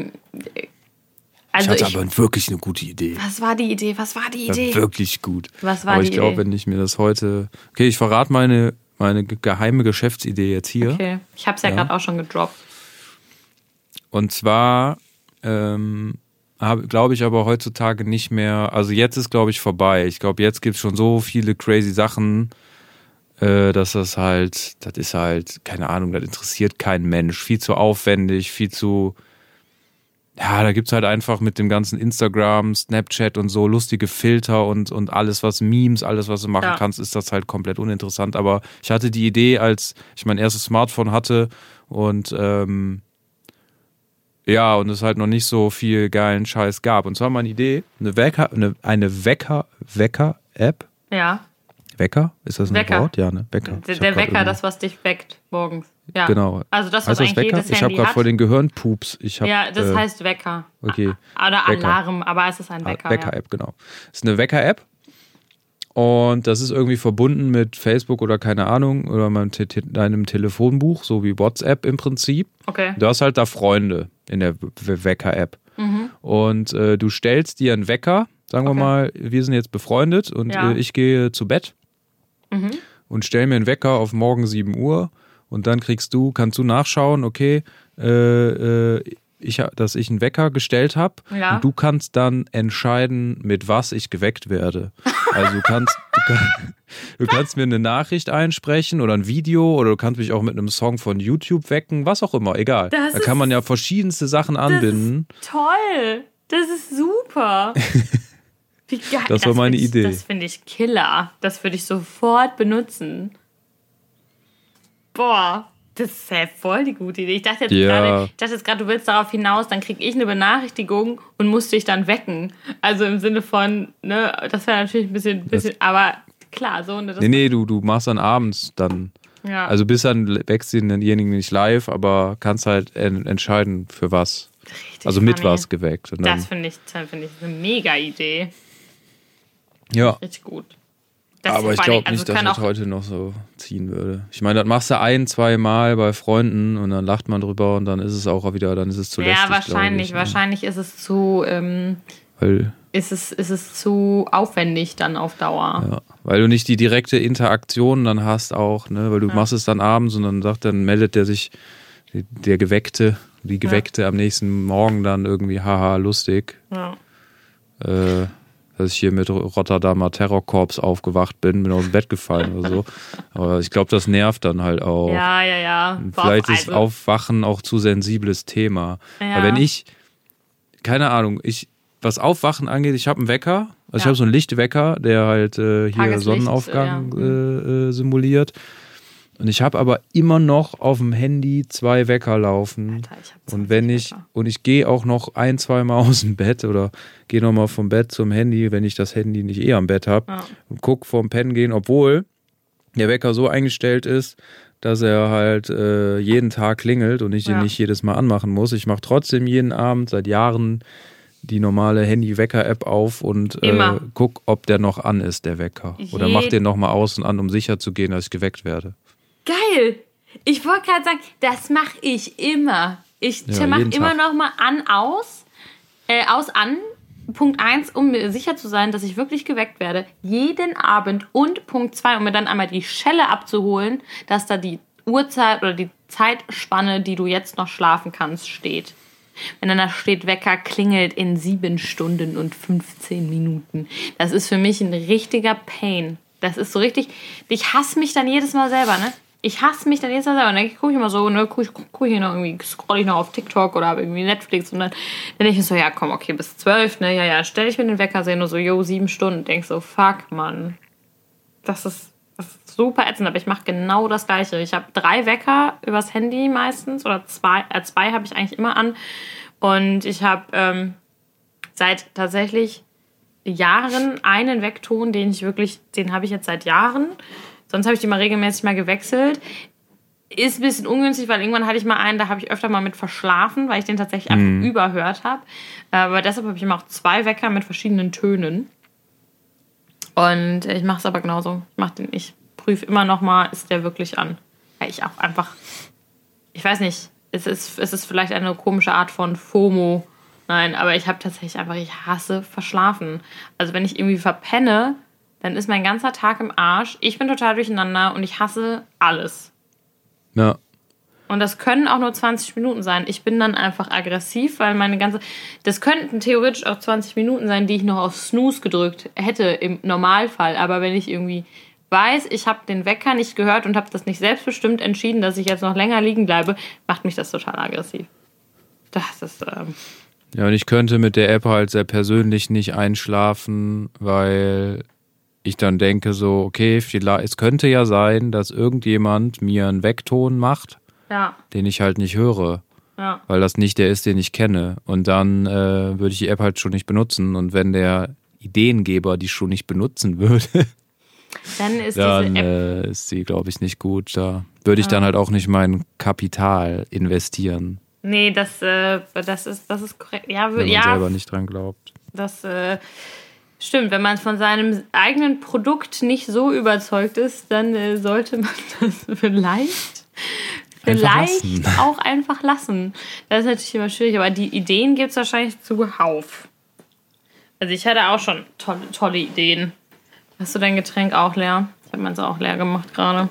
hatte aber wirklich eine gute Idee. Was war die Idee? Ja, wirklich gut. Was war aber die ich glaube, wenn ich mir das heute... Okay, ich verrate meine geheime Geschäftsidee jetzt hier. Okay, ich habe es ja gerade auch schon gedroppt. Und zwar glaube ich aber heutzutage nicht mehr, also jetzt ist glaube ich vorbei. Ich glaube, jetzt gibt es schon so viele crazy Sachen, dass das ist halt, keine Ahnung, das interessiert keinen Mensch. Viel zu aufwendig, da gibt es halt einfach mit dem ganzen Instagram, Snapchat und so lustige Filter und alles, was Memes, alles, was du machen kannst, ist das halt komplett uninteressant. Aber ich hatte die Idee, als ich mein erstes Smartphone hatte und und es halt noch nicht so viel geilen Scheiß gab. Und zwar meine Idee, eine Wecker-App. Ja. Wecker? Ist das ein Wort? Ja, ne? Wecker. Der Wecker, das, was dich weckt morgens. Ja. Genau. Also das, was eigentlich Wecker? jedes Handy Ich habe gerade voll den Gehirnpups. Das heißt Wecker. Okay. Oder Alarm, aber es ist ein Wecker. Wecker-App, genau. Es ist eine Wecker-App und das ist irgendwie verbunden mit Facebook oder keine Ahnung oder deinem Telefonbuch, so wie WhatsApp im Prinzip. Okay. Du hast halt da Freunde in der Wecker-App. Mhm. Und du stellst dir einen Wecker, sagen wir mal, wir sind jetzt befreundet und ich gehe zu Bett und stelle mir einen Wecker auf morgen 7 Uhr und dann kannst du nachschauen, okay, dass ich einen Wecker gestellt habe und du kannst dann entscheiden, mit was ich geweckt werde. Also du kannst mir eine Nachricht einsprechen oder ein Video oder du kannst mich auch mit einem Song von YouTube wecken, was auch immer, egal. Da kann man ja verschiedenste Sachen anbinden. Das ist toll, das ist super. Wie geil. Das war meine Idee. Das finde ich Killer. Das würde ich sofort benutzen. Boah, das ist ja voll die gute Idee. Ich dachte jetzt gerade, du willst darauf hinaus, dann kriege ich eine Benachrichtigung und muss dich dann wecken. Also im Sinne von, ne, das wäre natürlich ein bisschen aber klar, so. Ne, nee, du machst dann abends dann. Ja. Also bis dann wächst denjenigen nicht live, aber kannst halt entscheiden, für was. Richtig also mit was geweckt. Und das finde ich eine mega Idee. Ja. Richtig gut. Aber ich glaube nicht, dass das heute noch so ziehen würde. Ich meine, das machst du 1-2 Mal bei Freunden und dann lacht man drüber und dann ist es auch wieder, dann ist es zu lästig. Ja, wahrscheinlich ist es zu ist es zu aufwendig dann auf Dauer. Ja, weil du nicht die direkte Interaktion dann hast auch, ne, weil du machst es dann abends und dann meldet der sich die Geweckte am nächsten Morgen dann irgendwie, haha, lustig. Ja. Dass ich hier mit Rotterdamer Terrorkorps aufgewacht bin aus dem Bett gefallen oder so. Aber ich glaube, das nervt dann halt auch. Ja. Vielleicht ist Aufwachen auch zu sensibles Thema. Ja. Weil wenn keine Ahnung, was Aufwachen angeht, ich habe einen Wecker, ich habe so einen Lichtwecker, der halt hier Sonnenaufgang simuliert. Und ich habe aber immer noch auf dem Handy 2 Wecker laufen. Alter, und ich gehe auch noch 1-2 Mal aus dem Bett oder gehe nochmal vom Bett zum Handy, wenn ich das Handy nicht am Bett habe und gucke vorm Pennen gehen, obwohl der Wecker so eingestellt ist, dass er halt jeden Tag klingelt und ich den nicht jedes Mal anmachen muss. Ich mache trotzdem jeden Abend seit Jahren die normale Handy-Wecker-App auf und guck, ob der noch an ist, der Wecker. Oder mach den nochmal aus und an, um sicher zu gehen, dass ich geweckt werde. Geil! Ich wollte gerade sagen, das mache ich immer. Ich mache immer noch mal an, aus. An. Punkt 1, um mir sicher zu sein, dass ich wirklich geweckt werde, jeden Abend. Und Punkt 2, um mir dann einmal die Schelle abzuholen, dass da die Uhrzeit oder die Zeitspanne, die du jetzt noch schlafen kannst, steht. Wenn dann da steht, Wecker klingelt in 7 Stunden und 15 Minuten. Das ist für mich ein richtiger Pain. Das ist so richtig, ich hasse mich dann jedes Mal selber, ne? Ich hasse mich dann jedes Mal selber. Und dann gucke ich immer so, ne, gucke ich noch irgendwie, scroll ich noch auf TikTok oder habe irgendwie Netflix und dann denke ich so, ja komm, okay, bis 12, ne, ja, stell ich mir den Wecker, sehe nur so, 7 Stunden. Denk so, fuck, Mann. Das ist super ätzend, aber ich mache genau das Gleiche. Ich habe 3 Wecker übers Handy meistens oder 2 habe ich eigentlich immer an. Und ich habe seit tatsächlich Jahren einen Weckton, den habe ich jetzt seit Jahren. Sonst habe ich die mal regelmäßig mal gewechselt. Ist ein bisschen ungünstig, weil irgendwann hatte ich mal einen, da habe ich öfter mal mit verschlafen, weil ich den tatsächlich einfach überhört habe. Aber deshalb habe ich immer auch 2 Wecker mit verschiedenen Tönen. Und ich mache es aber genauso. Ich prüfe immer noch mal, ist der wirklich an? Weil ich auch einfach, ich weiß nicht, es ist vielleicht eine komische Art von FOMO. Nein, aber ich habe tatsächlich einfach, ich hasse verschlafen. Also wenn ich irgendwie verpenne, dann ist mein ganzer Tag im Arsch. Ich bin total durcheinander und ich hasse alles. Ja. Und das können auch nur 20 Minuten sein. Ich bin dann einfach aggressiv, weil das könnten theoretisch auch 20 Minuten sein, die ich noch auf Snooze gedrückt hätte im Normalfall. Aber wenn ich irgendwie weiß, ich habe den Wecker nicht gehört und habe das nicht selbstbestimmt entschieden, dass ich jetzt noch länger liegen bleibe, macht mich das total aggressiv. Das ist... Ja, und ich könnte mit der App halt sehr persönlich nicht einschlafen, weil ich dann denke so, okay, es könnte ja sein, dass irgendjemand mir einen Weckton macht, den ich halt nicht höre, weil das nicht der ist, den ich kenne. Und dann würde ich die App halt schon nicht benutzen. Und wenn der Ideengeber die schon nicht benutzen würde, dann ist ist sie, glaube ich, nicht gut. Da würde ich dann halt auch nicht mein Kapital investieren. Nee, das ist korrekt. Ja, wenn man selber nicht dran glaubt. Das stimmt. Wenn man von seinem eigenen Produkt nicht so überzeugt ist, dann sollte man das vielleicht auch einfach lassen. Das ist natürlich immer schwierig, aber die Ideen gibt es wahrscheinlich zuhauf. Also ich hatte auch schon tolle Ideen. Hast du dein Getränk auch leer? Ich habe meins auch leer gemacht gerade.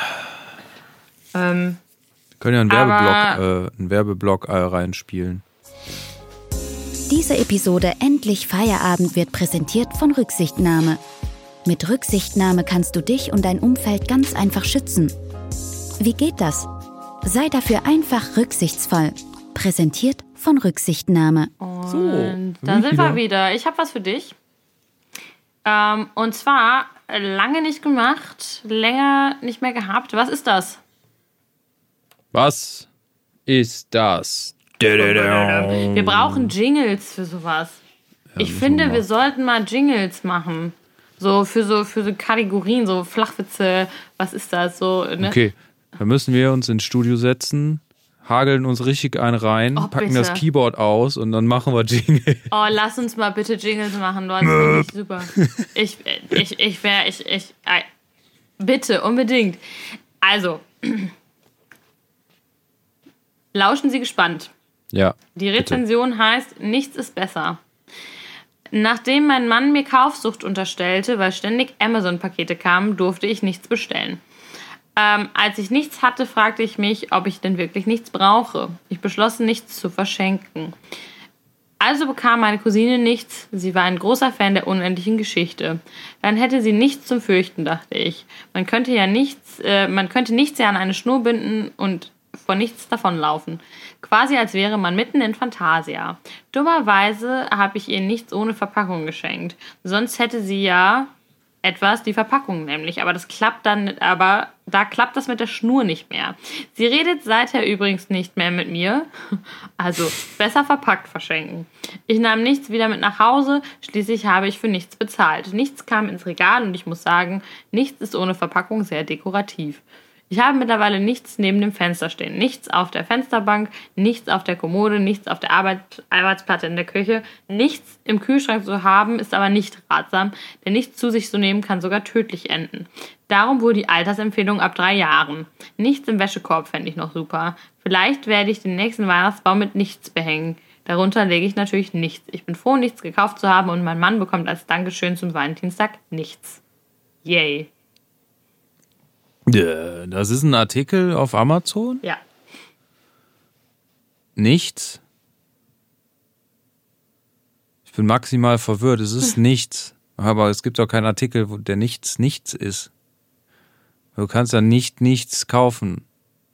Wir können ja einen Werbeblock reinspielen. Diese Episode Endlich Feierabend wird präsentiert von Rücksichtnahme. Mit Rücksichtnahme kannst du dich und dein Umfeld ganz einfach schützen. Wie geht das? Sei dafür einfach rücksichtsvoll. Präsentiert von Rücksichtnahme. Und da sind wir wieder. Ich habe was für dich. Und zwar lange nicht gemacht, länger nicht mehr gehabt. Was ist das? Was ist das? Wir brauchen Jingles für sowas. Ja, ich finde, wir sollten mal Jingles machen. So für Kategorien, so Flachwitze, was ist das? So, ne? Okay, dann müssen wir uns ins Studio setzen, hageln uns richtig einen rein, packen bitte das Keyboard aus und dann machen wir Jingles. Oh, lass uns mal bitte Jingles machen, Leute. Das finde ich super. Bitte, unbedingt. Also, lauschen Sie gespannt. Ja. Die Rezension heißt, nichts ist besser. Nachdem mein Mann mir Kaufsucht unterstellte, weil ständig Amazon-Pakete kamen, durfte ich nichts bestellen. Als ich nichts hatte, fragte ich mich, ob ich denn wirklich nichts brauche. Ich beschloss, nichts zu verschenken. Also bekam meine Cousine nichts. Sie war ein großer Fan der unendlichen Geschichte. Dann hätte sie nichts zum Fürchten, dachte ich. Man könnte nichts ja an eine Schnur binden und vor nichts davonlaufen. Quasi als wäre man mitten in Fantasia. Dummerweise habe ich ihr nichts ohne Verpackung geschenkt. Sonst hätte sie ja die Verpackung nämlich. Aber da klappt das mit der Schnur nicht mehr. Sie redet seither übrigens nicht mehr mit mir. Also besser verpackt verschenken. Ich nahm nichts wieder mit nach Hause. Schließlich habe ich für nichts bezahlt. Nichts kam ins Regal und ich muss sagen, nichts ist ohne Verpackung sehr dekorativ. Ich habe mittlerweile nichts neben dem Fenster stehen. Nichts auf der Fensterbank, nichts auf der Kommode, nichts auf der Arbeitsplatte in der Küche. Nichts im Kühlschrank zu haben, ist aber nicht ratsam, denn nichts zu sich zu nehmen kann sogar tödlich enden. Darum wohl die Altersempfehlung ab 3 Jahren. Nichts im Wäschekorb fände ich noch super. Vielleicht werde ich den nächsten Weihnachtsbaum mit nichts behängen. Darunter lege ich natürlich nichts. Ich bin froh, nichts gekauft zu haben und mein Mann bekommt als Dankeschön zum Valentinstag nichts. Yay. Das ist ein Artikel auf Amazon? Ja. Nichts? Ich bin maximal verwirrt. Es ist nichts. Aber es gibt auch keinen Artikel, der nichts ist. Du kannst ja nichts kaufen.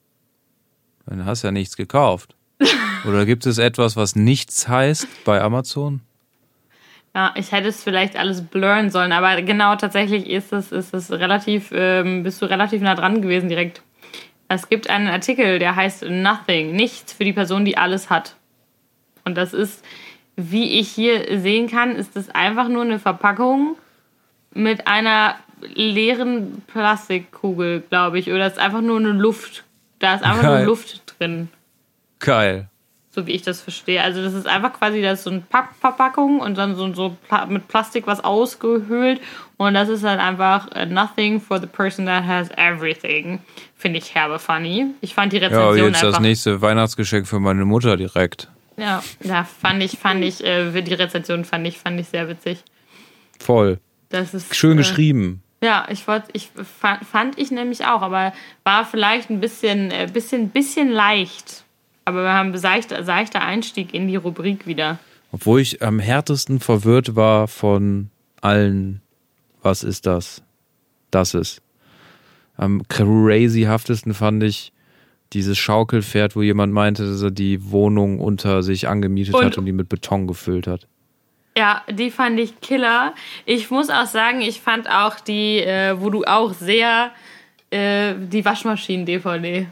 Du hast ja nichts gekauft. Oder gibt es etwas, was nichts heißt bei Amazon? Ja, ich hätte es vielleicht alles blurren sollen, aber genau, tatsächlich ist es relativ, bist du relativ nah dran gewesen direkt. Es gibt einen Artikel, der heißt Nothing, nichts für die Person, die alles hat. Und das ist, wie ich hier sehen kann, ist das einfach nur eine Verpackung mit einer leeren Plastikkugel, glaube ich. Oder es ist einfach nur eine Luft. Da ist einfach nur Luft drin. Geil. So wie ich das verstehe. Also das ist einfach quasi, das ist so eine Packverpackung und dann so mit Plastik was ausgehöhlt. Und das ist halt einfach nothing for the person that has everything. Finde ich herbe funny. Ich fand die Rezension ja, jetzt einfach... das nächste Weihnachtsgeschenk für meine Mutter direkt. Ja, fand ich die Rezension fand ich sehr witzig. Voll. Das ist schön geschrieben. Ja, fand ich nämlich auch, aber war vielleicht ein bisschen leicht. Aber wir haben seichter Einstieg in die Rubrik wieder. Obwohl ich am härtesten verwirrt war von allen. Was ist das? Das ist. Am crazyhaftesten fand ich dieses Schaukelpferd, wo jemand meinte, dass er die Wohnung unter sich angemietet hat und die mit Beton gefüllt hat. Ja, die fand ich killer. Ich muss auch sagen, ich fand auch die, wo du auch sehr, die Waschmaschinen-DVD.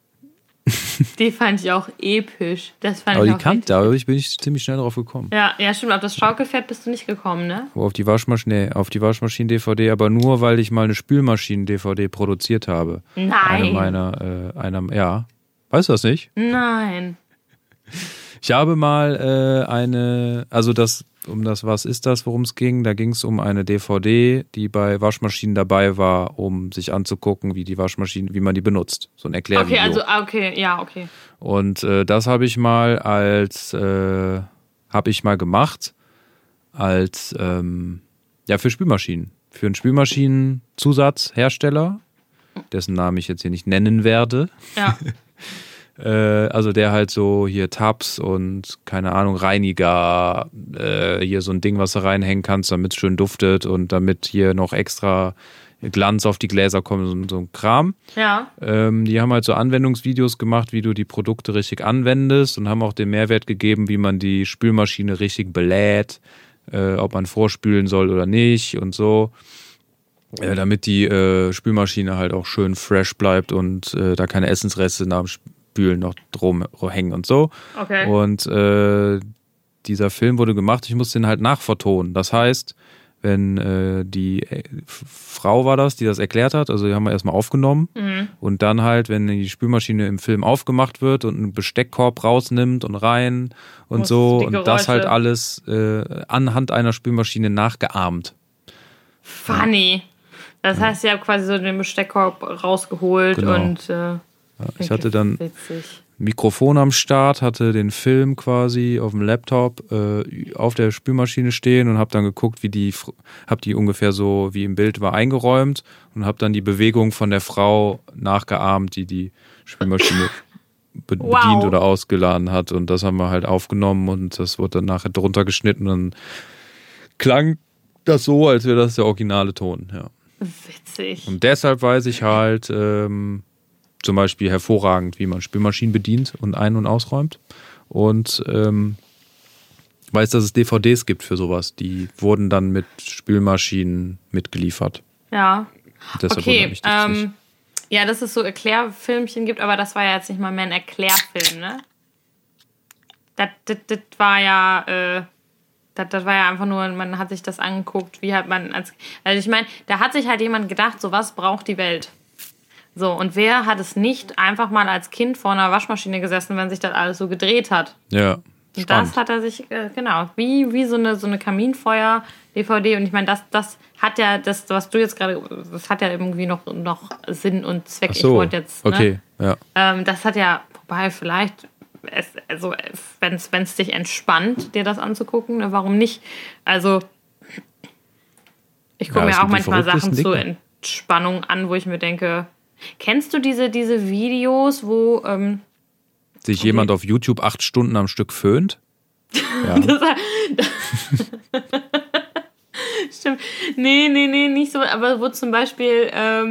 Die fand ich auch episch. Das fand aber ich die auch kannte, da bin ich ziemlich schnell drauf gekommen. Ja, stimmt. Auf das Schaukelpferd bist du nicht gekommen, ne? Auf die Waschmaschinen-DVD, aber nur, weil ich mal eine Spülmaschinen-DVD produziert habe. Nein. Ja. Weißt du das nicht? Nein. Ich habe mal was ist das, worum es ging? Da ging es um eine DVD, die bei Waschmaschinen dabei war, um sich anzugucken, wie man die benutzt. So ein Erklärvideo. Okay. Und das habe ich mal gemacht als für Spülmaschinen. Für einen Spülmaschinenzusatzhersteller, dessen Namen ich jetzt hier nicht nennen werde. Ja. Also der halt so hier Tabs und keine Ahnung, Reiniger, hier so ein Ding, was du reinhängen kannst, damit es schön duftet und damit hier noch extra Glanz auf die Gläser kommt, so ein Kram. Ja. Die haben halt so Anwendungsvideos gemacht, wie du die Produkte richtig anwendest und haben auch den Mehrwert gegeben, wie man die Spülmaschine richtig belädt, ob man vorspülen soll oder nicht und so. Damit die Spülmaschine halt auch schön fresh bleibt und da keine Essensreste nach dem Spülen noch drum hängen und so. Okay. Und dieser Film wurde gemacht, ich musste den halt nachvertonen. Das heißt, wenn die Frau war das, die das erklärt hat, also die haben wir erstmal aufgenommen und dann halt, wenn die Spülmaschine im Film aufgemacht wird und einen Besteckkorb rausnimmt und rein und so und das halt alles anhand einer Spülmaschine nachgeahmt. Funny. Das heißt, ihr habt quasi so den Besteckkorb rausgeholt und ich hatte dann witzig. Mikrofon am Start, hatte den Film quasi auf dem Laptop auf der Spülmaschine stehen und habe dann geguckt, hab die ungefähr so, wie im Bild war, eingeräumt und habe dann die Bewegung von der Frau nachgeahmt, die Spülmaschine bedient oder ausgeladen hat. Und das haben wir halt aufgenommen und das wurde dann nachher drunter geschnitten und dann klang das so, als wäre das der originale Ton. Ja. Witzig. Und deshalb weiß ich halt zum Beispiel hervorragend, wie man Spülmaschinen bedient und ein- und ausräumt. Und weiß, dass es DVDs gibt für sowas. Die wurden dann mit Spülmaschinen mitgeliefert. Ja. Deshalb wundert mich das nicht. Ja, dass es so Erklärfilmchen gibt, aber das war ja jetzt nicht mal mehr ein Erklärfilm, ne? Das war ja... Das war ja einfach nur, man hat sich das angeguckt, wie hat man also ich meine, da hat sich halt jemand gedacht, so was braucht die Welt. So, und wer hat es nicht einfach mal als Kind vor einer Waschmaschine gesessen, wenn sich das alles so gedreht hat? Ja, und das hat er sich, genau, wie so eine Kaminfeuer-DVD. Und ich meine, das hat ja, das, was du jetzt gerade, das hat ja irgendwie noch Sinn und Zweck. Ach so, ich wollte jetzt, okay, ne? ja. Das hat ja, wobei vielleicht wenn es dich entspannt, dir das anzugucken, ne, warum nicht? Also ich gucke mir auch manchmal Sachen zur Entspannung an, wo ich mir denke, kennst du diese Videos, wo sich jemand auf YouTube 8 Stunden am Stück föhnt? Ja. Stimmt. Nee, nicht so, aber wo zum Beispiel,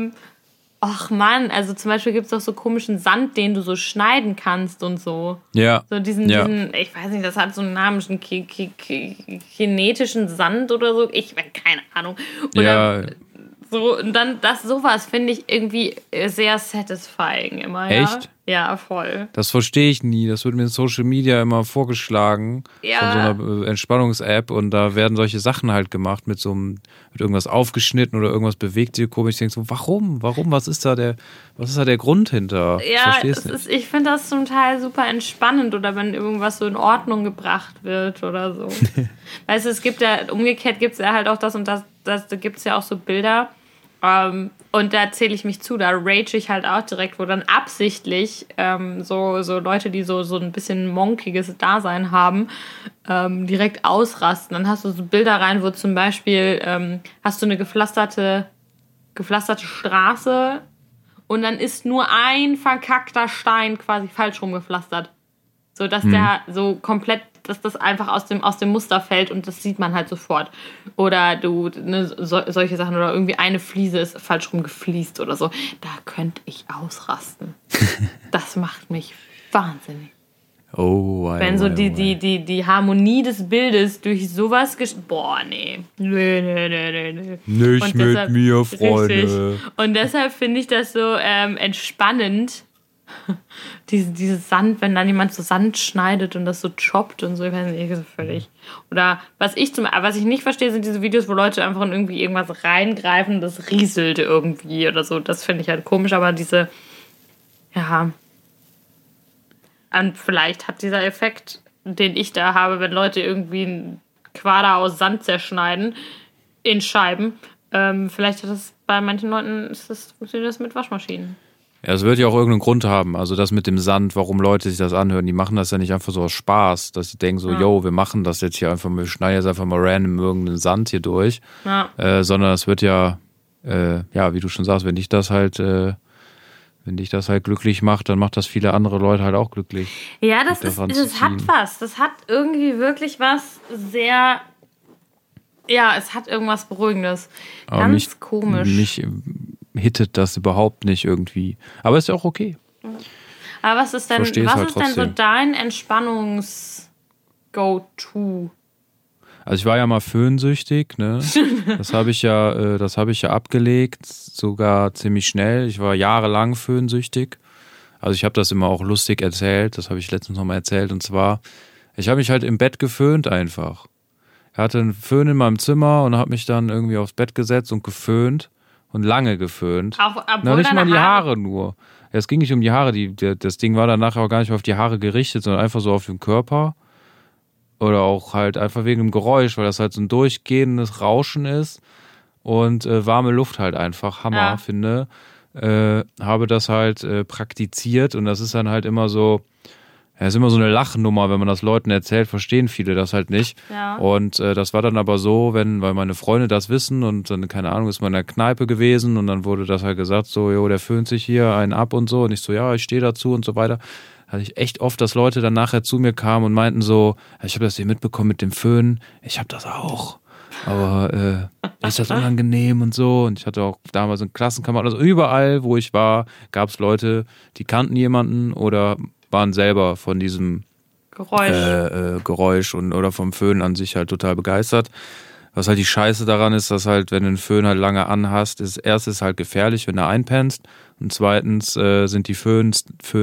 also zum Beispiel gibt es doch so komischen Sand, den du so schneiden kannst und so. Ja. So diesen, ich weiß nicht, das hat so einen Namen, kinetischen Sand oder so. Ich habe keine Ahnung. Oder so, und dann sowas finde ich irgendwie sehr satisfying immer. Echt? Ja, voll. Das verstehe ich nie. Das wird mir in Social Media immer vorgeschlagen von so einer Entspannungs-App und da werden solche Sachen halt gemacht mit irgendwas aufgeschnitten oder irgendwas bewegt sich komisch. Ich denke so, warum? Was ist da der Grund hinter? Ja, ich finde das zum Teil super entspannend oder wenn irgendwas so in Ordnung gebracht wird oder so. Weißt du, es gibt ja, umgekehrt gibt es ja halt auch das und das, da gibt es ja auch so Bilder. Und da zähle ich mich zu, da rage ich halt auch direkt, wo dann absichtlich so Leute, die so ein bisschen monkiges Dasein haben, direkt ausrasten. Dann hast du so Bilder rein, wo zum Beispiel hast du eine gepflasterte Straße und dann ist nur ein verkackter Stein quasi falsch rumgepflastert. So, dass der so komplett, dass das einfach aus dem Muster fällt und das sieht man halt sofort. Oder solche Sachen oder irgendwie eine Fliese ist falsch rum gefliest oder so. Da könnte ich ausrasten. Das macht mich wahnsinnig. Wenn so die Harmonie des Bildes durch sowas nee. Nee. Nicht mit mir, Freunde. Richtig. Und deshalb finde ich das so entspannend. Dieses Sand, wenn dann jemand so Sand schneidet und das so choppt und so, ich weiß nicht, so völlig. Oder was ich nicht verstehe, sind diese Videos, wo Leute einfach in irgendwie irgendwas reingreifen und das rieselt irgendwie oder so. Das finde ich halt komisch, aber und vielleicht hat dieser Effekt, den ich da habe, wenn Leute irgendwie einen Quader aus Sand zerschneiden in Scheiben, vielleicht hat das bei manchen Leuten, funktioniert das mit Waschmaschinen. Ja, es wird ja auch irgendeinen Grund haben. Also das mit dem Sand, warum Leute sich das anhören, die machen das ja nicht einfach so aus Spaß, dass sie denken so, wir machen das jetzt hier einfach mal, wir schneiden jetzt einfach mal random irgendeinen Sand hier durch. Ja. Sondern es wird ja, wie du schon sagst, wenn dich das halt glücklich macht, dann macht das viele andere Leute halt auch glücklich. Ja, das hat was. Das hat irgendwie wirklich was sehr, es hat irgendwas Beruhigendes. Aber ganz komisch. Mich hittet das überhaupt nicht irgendwie. Aber ist ja auch okay. Aber was ist denn so dein Entspannungs-Go-To? Also ich war ja mal föhnsüchtig, ne? Das habe ich ja abgelegt, sogar ziemlich schnell. Ich war jahrelang föhnsüchtig. Also ich habe das immer auch lustig erzählt, das habe ich letztens noch mal erzählt. Und zwar, ich habe mich halt im Bett geföhnt einfach. Ich hatte einen Föhn in meinem Zimmer und habe mich dann irgendwie aufs Bett gesetzt und geföhnt. Und lange geföhnt. Nicht mal die Haare nur. Ja, es ging nicht um die Haare. Das Ding war dann nachher auch gar nicht auf die Haare gerichtet, sondern einfach so auf den Körper. Oder auch halt einfach wegen dem Geräusch, weil das halt so ein durchgehendes Rauschen ist. Und warme Luft halt einfach. Hammer, finde. Habe das halt praktiziert. Und das ist dann halt immer so, ist immer so eine Lachnummer, wenn man das Leuten erzählt, verstehen viele das halt nicht. Ja. Und das war dann aber so, weil meine Freunde das wissen und dann, keine Ahnung, ist man in der Kneipe gewesen und dann wurde das halt gesagt, so, der föhnt sich hier einen ab und so. Und ich so, ja, ich stehe dazu und so weiter. Da hatte ich echt oft, dass Leute dann nachher zu mir kamen und meinten so, ich habe das hier mitbekommen mit dem Föhn, ich habe das auch. Aber ist das unangenehm und so. Und ich hatte auch damals einen Klassenkamerad, also überall, wo ich war, gab es Leute, die kannten jemanden oder waren selber von diesem Geräusch oder vom Föhn an sich halt total begeistert. Was halt die Scheiße daran ist, dass halt, wenn du einen Föhn halt lange anhast, erstens halt gefährlich, wenn du einpennst. Und zweitens sind die Föhne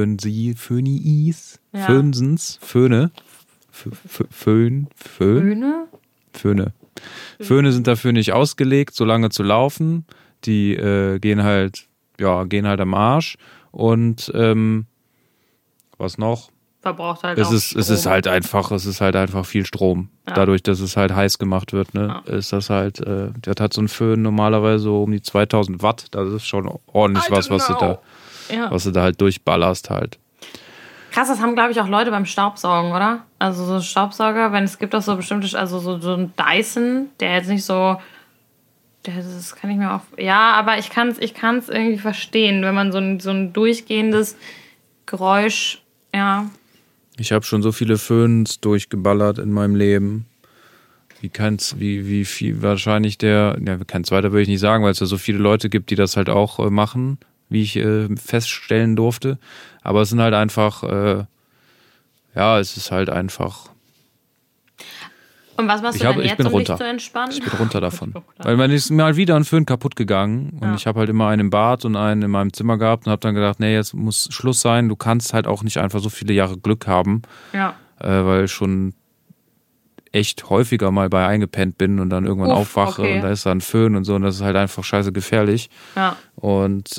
sind dafür nicht ausgelegt, so lange zu laufen. Die gehen halt am Arsch. Und was noch? Verbraucht halt es ist halt einfach viel Strom. Ja. Dadurch, dass es halt heiß gemacht wird, ne, ist das halt, das hat so ein Föhn normalerweise so um die 2000 Watt. Das ist schon ordentlich was du da halt durchballerst halt. Krass, das haben, glaube ich, auch Leute beim Staubsaugen, oder? Also so Staubsauger, wenn es gibt auch so bestimmte, also so ein Dyson, der jetzt nicht so, das kann ich mir auch, ja, aber ich kann's irgendwie verstehen, wenn man so ein durchgehendes Geräusch, ja. Ich habe schon so viele Föhns durchgeballert in meinem Leben. Wie viel wahrscheinlich kein zweiter würde ich nicht sagen, weil es ja so viele Leute gibt, die das halt auch machen, wie ich feststellen durfte. Aber es sind halt einfach, es ist halt einfach. Und was machst du denn jetzt, um dich zu entspannen? Ich bin runter davon. Weil man ist mal wieder ein Föhn kaputt gegangen und ich habe halt immer einen im Bad und einen in meinem Zimmer gehabt und habe dann gedacht, nee, jetzt muss Schluss sein. Du kannst halt auch nicht einfach so viele Jahre Glück haben, weil schon echt häufiger mal bei eingepennt bin und dann irgendwann aufwache und da ist da ein Föhn und so und das ist halt einfach scheiße gefährlich. Ja. Und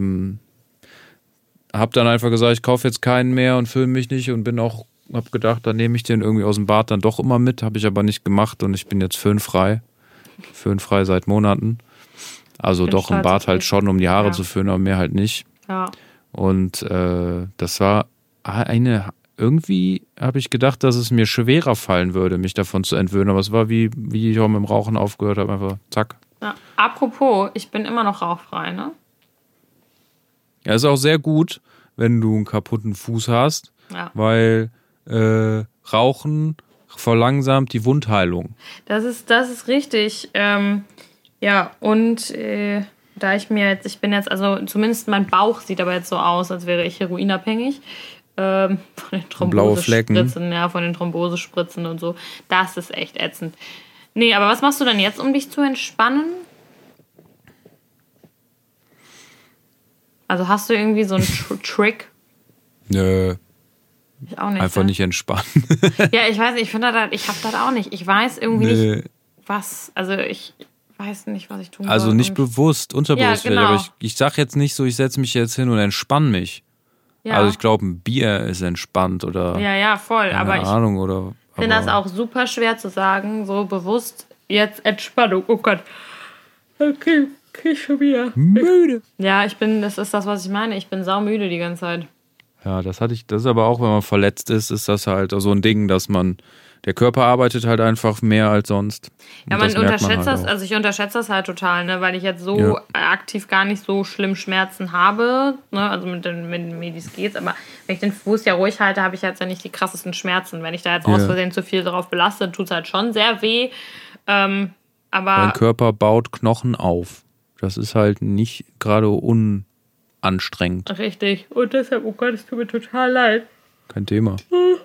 hab dann einfach gesagt, ich kaufe jetzt keinen mehr und föhne mich nicht und hab gedacht, dann nehme ich den irgendwie aus dem Bad dann doch immer mit, habe ich aber nicht gemacht und ich bin jetzt föhnfrei seit Monaten. Also doch im Bad halt schon, um die Haare zu föhnen, aber mehr halt nicht. Ja. Und das war irgendwie habe ich gedacht, dass es mir schwerer fallen würde, mich davon zu entwöhnen. Aber es war wie ich auch mit dem Rauchen aufgehört habe, einfach zack. Ja. Apropos, ich bin immer noch rauchfrei, ne? Ja, ist auch sehr gut, wenn du einen kaputten Fuß hast, weil Rauchen verlangsamt die Wundheilung. Das ist richtig. Da ich bin jetzt, also zumindest mein Bauch sieht aber jetzt so aus, als wäre ich heroinabhängig. Von den Thrombosespritzen, von den Thrombosespritzen und so. Das ist echt ätzend. Nee, aber was machst du denn jetzt, um dich zu entspannen? Also hast du irgendwie so einen Trick? Nö. Ich auch nicht. Einfach nicht entspannen. Ja, ich weiß nicht, ich habe das auch nicht. Ich weiß irgendwie nicht, was, also ich weiß nicht, was ich tun soll. Also nicht bewusst, unterbewusst. Ja, genau. Aber ich sag jetzt nicht so, ich setze mich jetzt hin und entspanne mich. Ja. Also ich glaube, ein Bier ist entspannt oder. Ja, voll. Keine aber Ahnung, oder. Ich finde das auch super schwer zu sagen, so bewusst jetzt Entspannung. Oh Gott. Okay, ich schon wieder. Müde. Ja, das ist das, was ich meine. Ich bin saumüde die ganze Zeit. Ja, das ist aber auch, wenn man verletzt ist das halt so ein Ding, dass der Körper arbeitet halt einfach mehr als sonst. Ja, man unterschätzt das, also ich unterschätze das halt total, ne, weil ich jetzt so aktiv gar nicht so schlimm Schmerzen habe, ne, also mit den Medis geht's, aber wenn ich den Fuß ja ruhig halte, habe ich jetzt ja nicht die krassesten Schmerzen. Wenn ich da jetzt aus Versehen zu viel drauf belaste, tut's halt schon sehr weh, aber... Dein Körper baut Knochen auf. Das ist halt nicht gerade unanstrengend. Richtig. Und deshalb, oh Gott, es tut mir total leid. Kein Thema.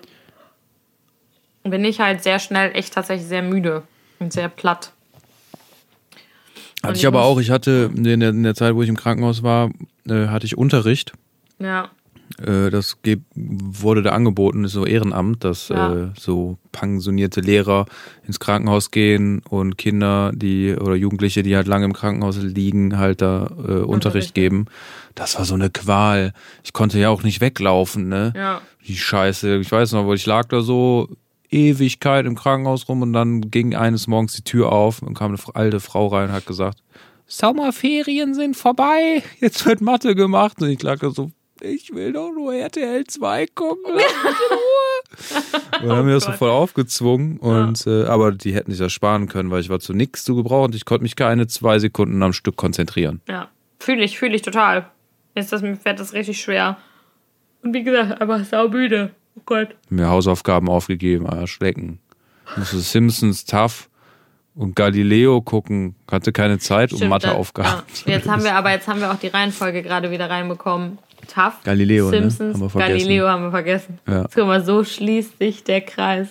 Bin ich halt sehr schnell echt tatsächlich sehr müde und sehr platt. Hatte ich aber auch. Ich hatte in der Zeit, wo ich im Krankenhaus war, hatte ich Unterricht. Ja. Das wurde da angeboten, ist so Ehrenamt, dass so pensionierte Lehrer ins Krankenhaus gehen und Kinder, oder Jugendliche, die halt lange im Krankenhaus liegen, halt da Unterricht geben. Das war so eine Qual. Ich konnte ja auch nicht weglaufen, ne? Ja. Die Scheiße. Ich weiß noch, wo ich lag da so Ewigkeit im Krankenhaus rum und dann ging eines Morgens die Tür auf und kam eine alte Frau rein und hat gesagt, Sommerferien sind vorbei, jetzt wird Mathe gemacht. Und ich lag da so, ich will doch nur RTL 2 gucken, lass mich in Ruhe. Und dann haben wir das so voll aufgezwungen. Und, aber die hätten sich das sparen können, weil ich war zu nichts zu gebrauchen und ich konnte mich keine 2 Sekunden am Stück konzentrieren. Ja, fühle ich total. Mir fällt das richtig schwer. Und wie gesagt, einfach saumüde. Oh Gott. Mir Hausaufgaben aufgegeben, Schlecken. Musste Simpsons, Tough und Galileo gucken. Hatte keine Zeit, um Matheaufgaben. Ja. Jetzt haben wir auch die Reihenfolge gerade wieder reinbekommen. Tough, Galileo, Simpsons, ne? Galileo haben wir vergessen. Ja. Guck mal, so schließt sich der Kreis.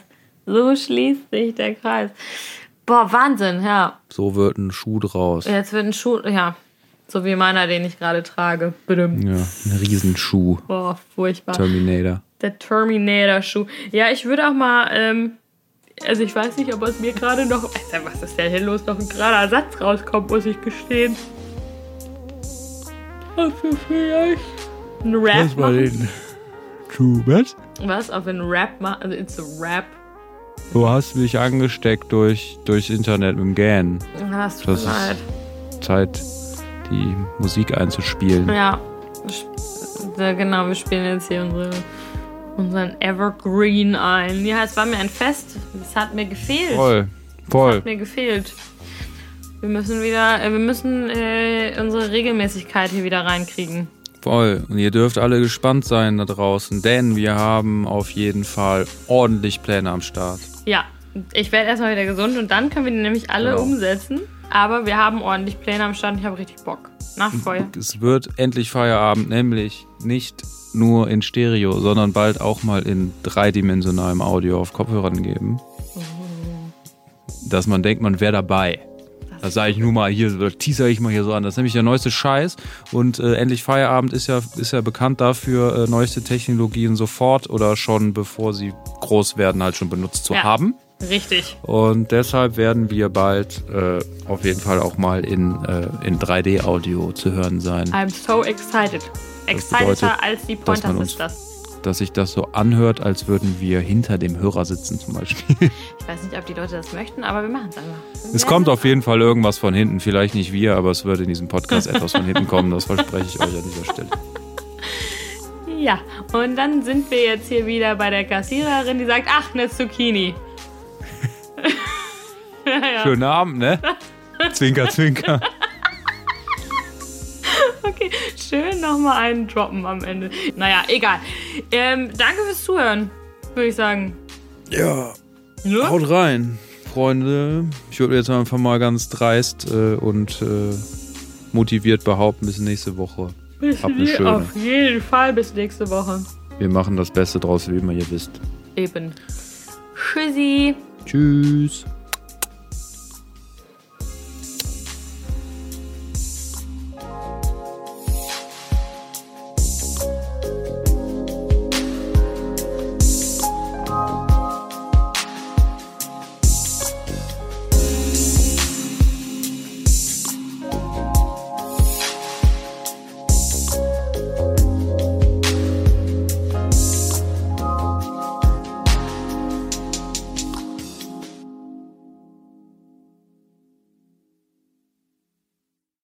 Boah, Wahnsinn, ja. So wird ein Schuh draus. Jetzt wird ein Schuh, ja. So wie meiner, den ich gerade trage. Bitte. Ja, ein Riesenschuh. Boah, furchtbar. Terminator. Der Terminator-Schuh. Ja, ich würde auch mal, also ich weiß nicht, ob aus mir gerade noch, was ist denn hier los, noch ein gerader Satz rauskommt, muss ich gestehen. Ob wir vielleicht einen Rap machen? Was? Ob wir einen Rap machen? Also it's a Rap. Du hast mich angesteckt durchs Internet mit dem GAN. Das tut mir leid. Zeit, die Musik einzuspielen. Ja, genau, wir spielen jetzt hier unsere unseren Evergreen ein. Ja, es war mir ein Fest. Es hat mir gefehlt. Voll. Es hat mir gefehlt. Wir müssen unsere Regelmäßigkeit hier wieder reinkriegen. Voll. Und ihr dürft alle gespannt sein da draußen, denn wir haben auf jeden Fall ordentlich Pläne am Start. Ja, ich werde erstmal wieder gesund und dann können wir die nämlich alle umsetzen. Aber wir haben ordentlich Pläne am Start und ich habe richtig Bock. Nach Feuer. Es wird endlich Feierabend, nämlich nicht nur in Stereo, sondern bald auch mal in dreidimensionalem Audio auf Kopfhörern geben. Dass man denkt, man wäre dabei. Das sage ich nur mal hier, teaser ich mal hier so an. Das ist nämlich der neueste Scheiß und endlich Feierabend ist ja bekannt dafür, neueste Technologien sofort oder schon bevor sie groß werden, halt schon benutzt zu haben. Richtig. Und deshalb werden wir bald auf jeden Fall auch mal in 3D-Audio zu hören sein. I'm so excited. Exciteder als die Pointer Sisters. Dass sich das so anhört, als würden wir hinter dem Hörer sitzen zum Beispiel. Ich weiß nicht, ob die Leute das möchten, aber wir machen es einfach. Es kommt auf jeden Fall irgendwas von hinten. Vielleicht nicht wir, aber es wird in diesem Podcast etwas von hinten kommen. Das verspreche ich euch an dieser Stelle. Ja, und dann sind wir jetzt hier wieder bei der Kassiererin, die sagt, ach, eine Zucchini. Ja. Schönen Abend, ne? Zwinker, zwinker. Okay, schön nochmal einen droppen am Ende. Naja, egal. Danke fürs Zuhören, würde ich sagen. Ja. Haut rein, Freunde. Ich würde jetzt einfach mal ganz dreist und motiviert behaupten, bis nächste Woche. Habt eine schöne. Auf jeden Fall bis nächste Woche. Wir machen das Beste draus, wie immer ihr wisst. Eben. Tschüssi. Tschüss.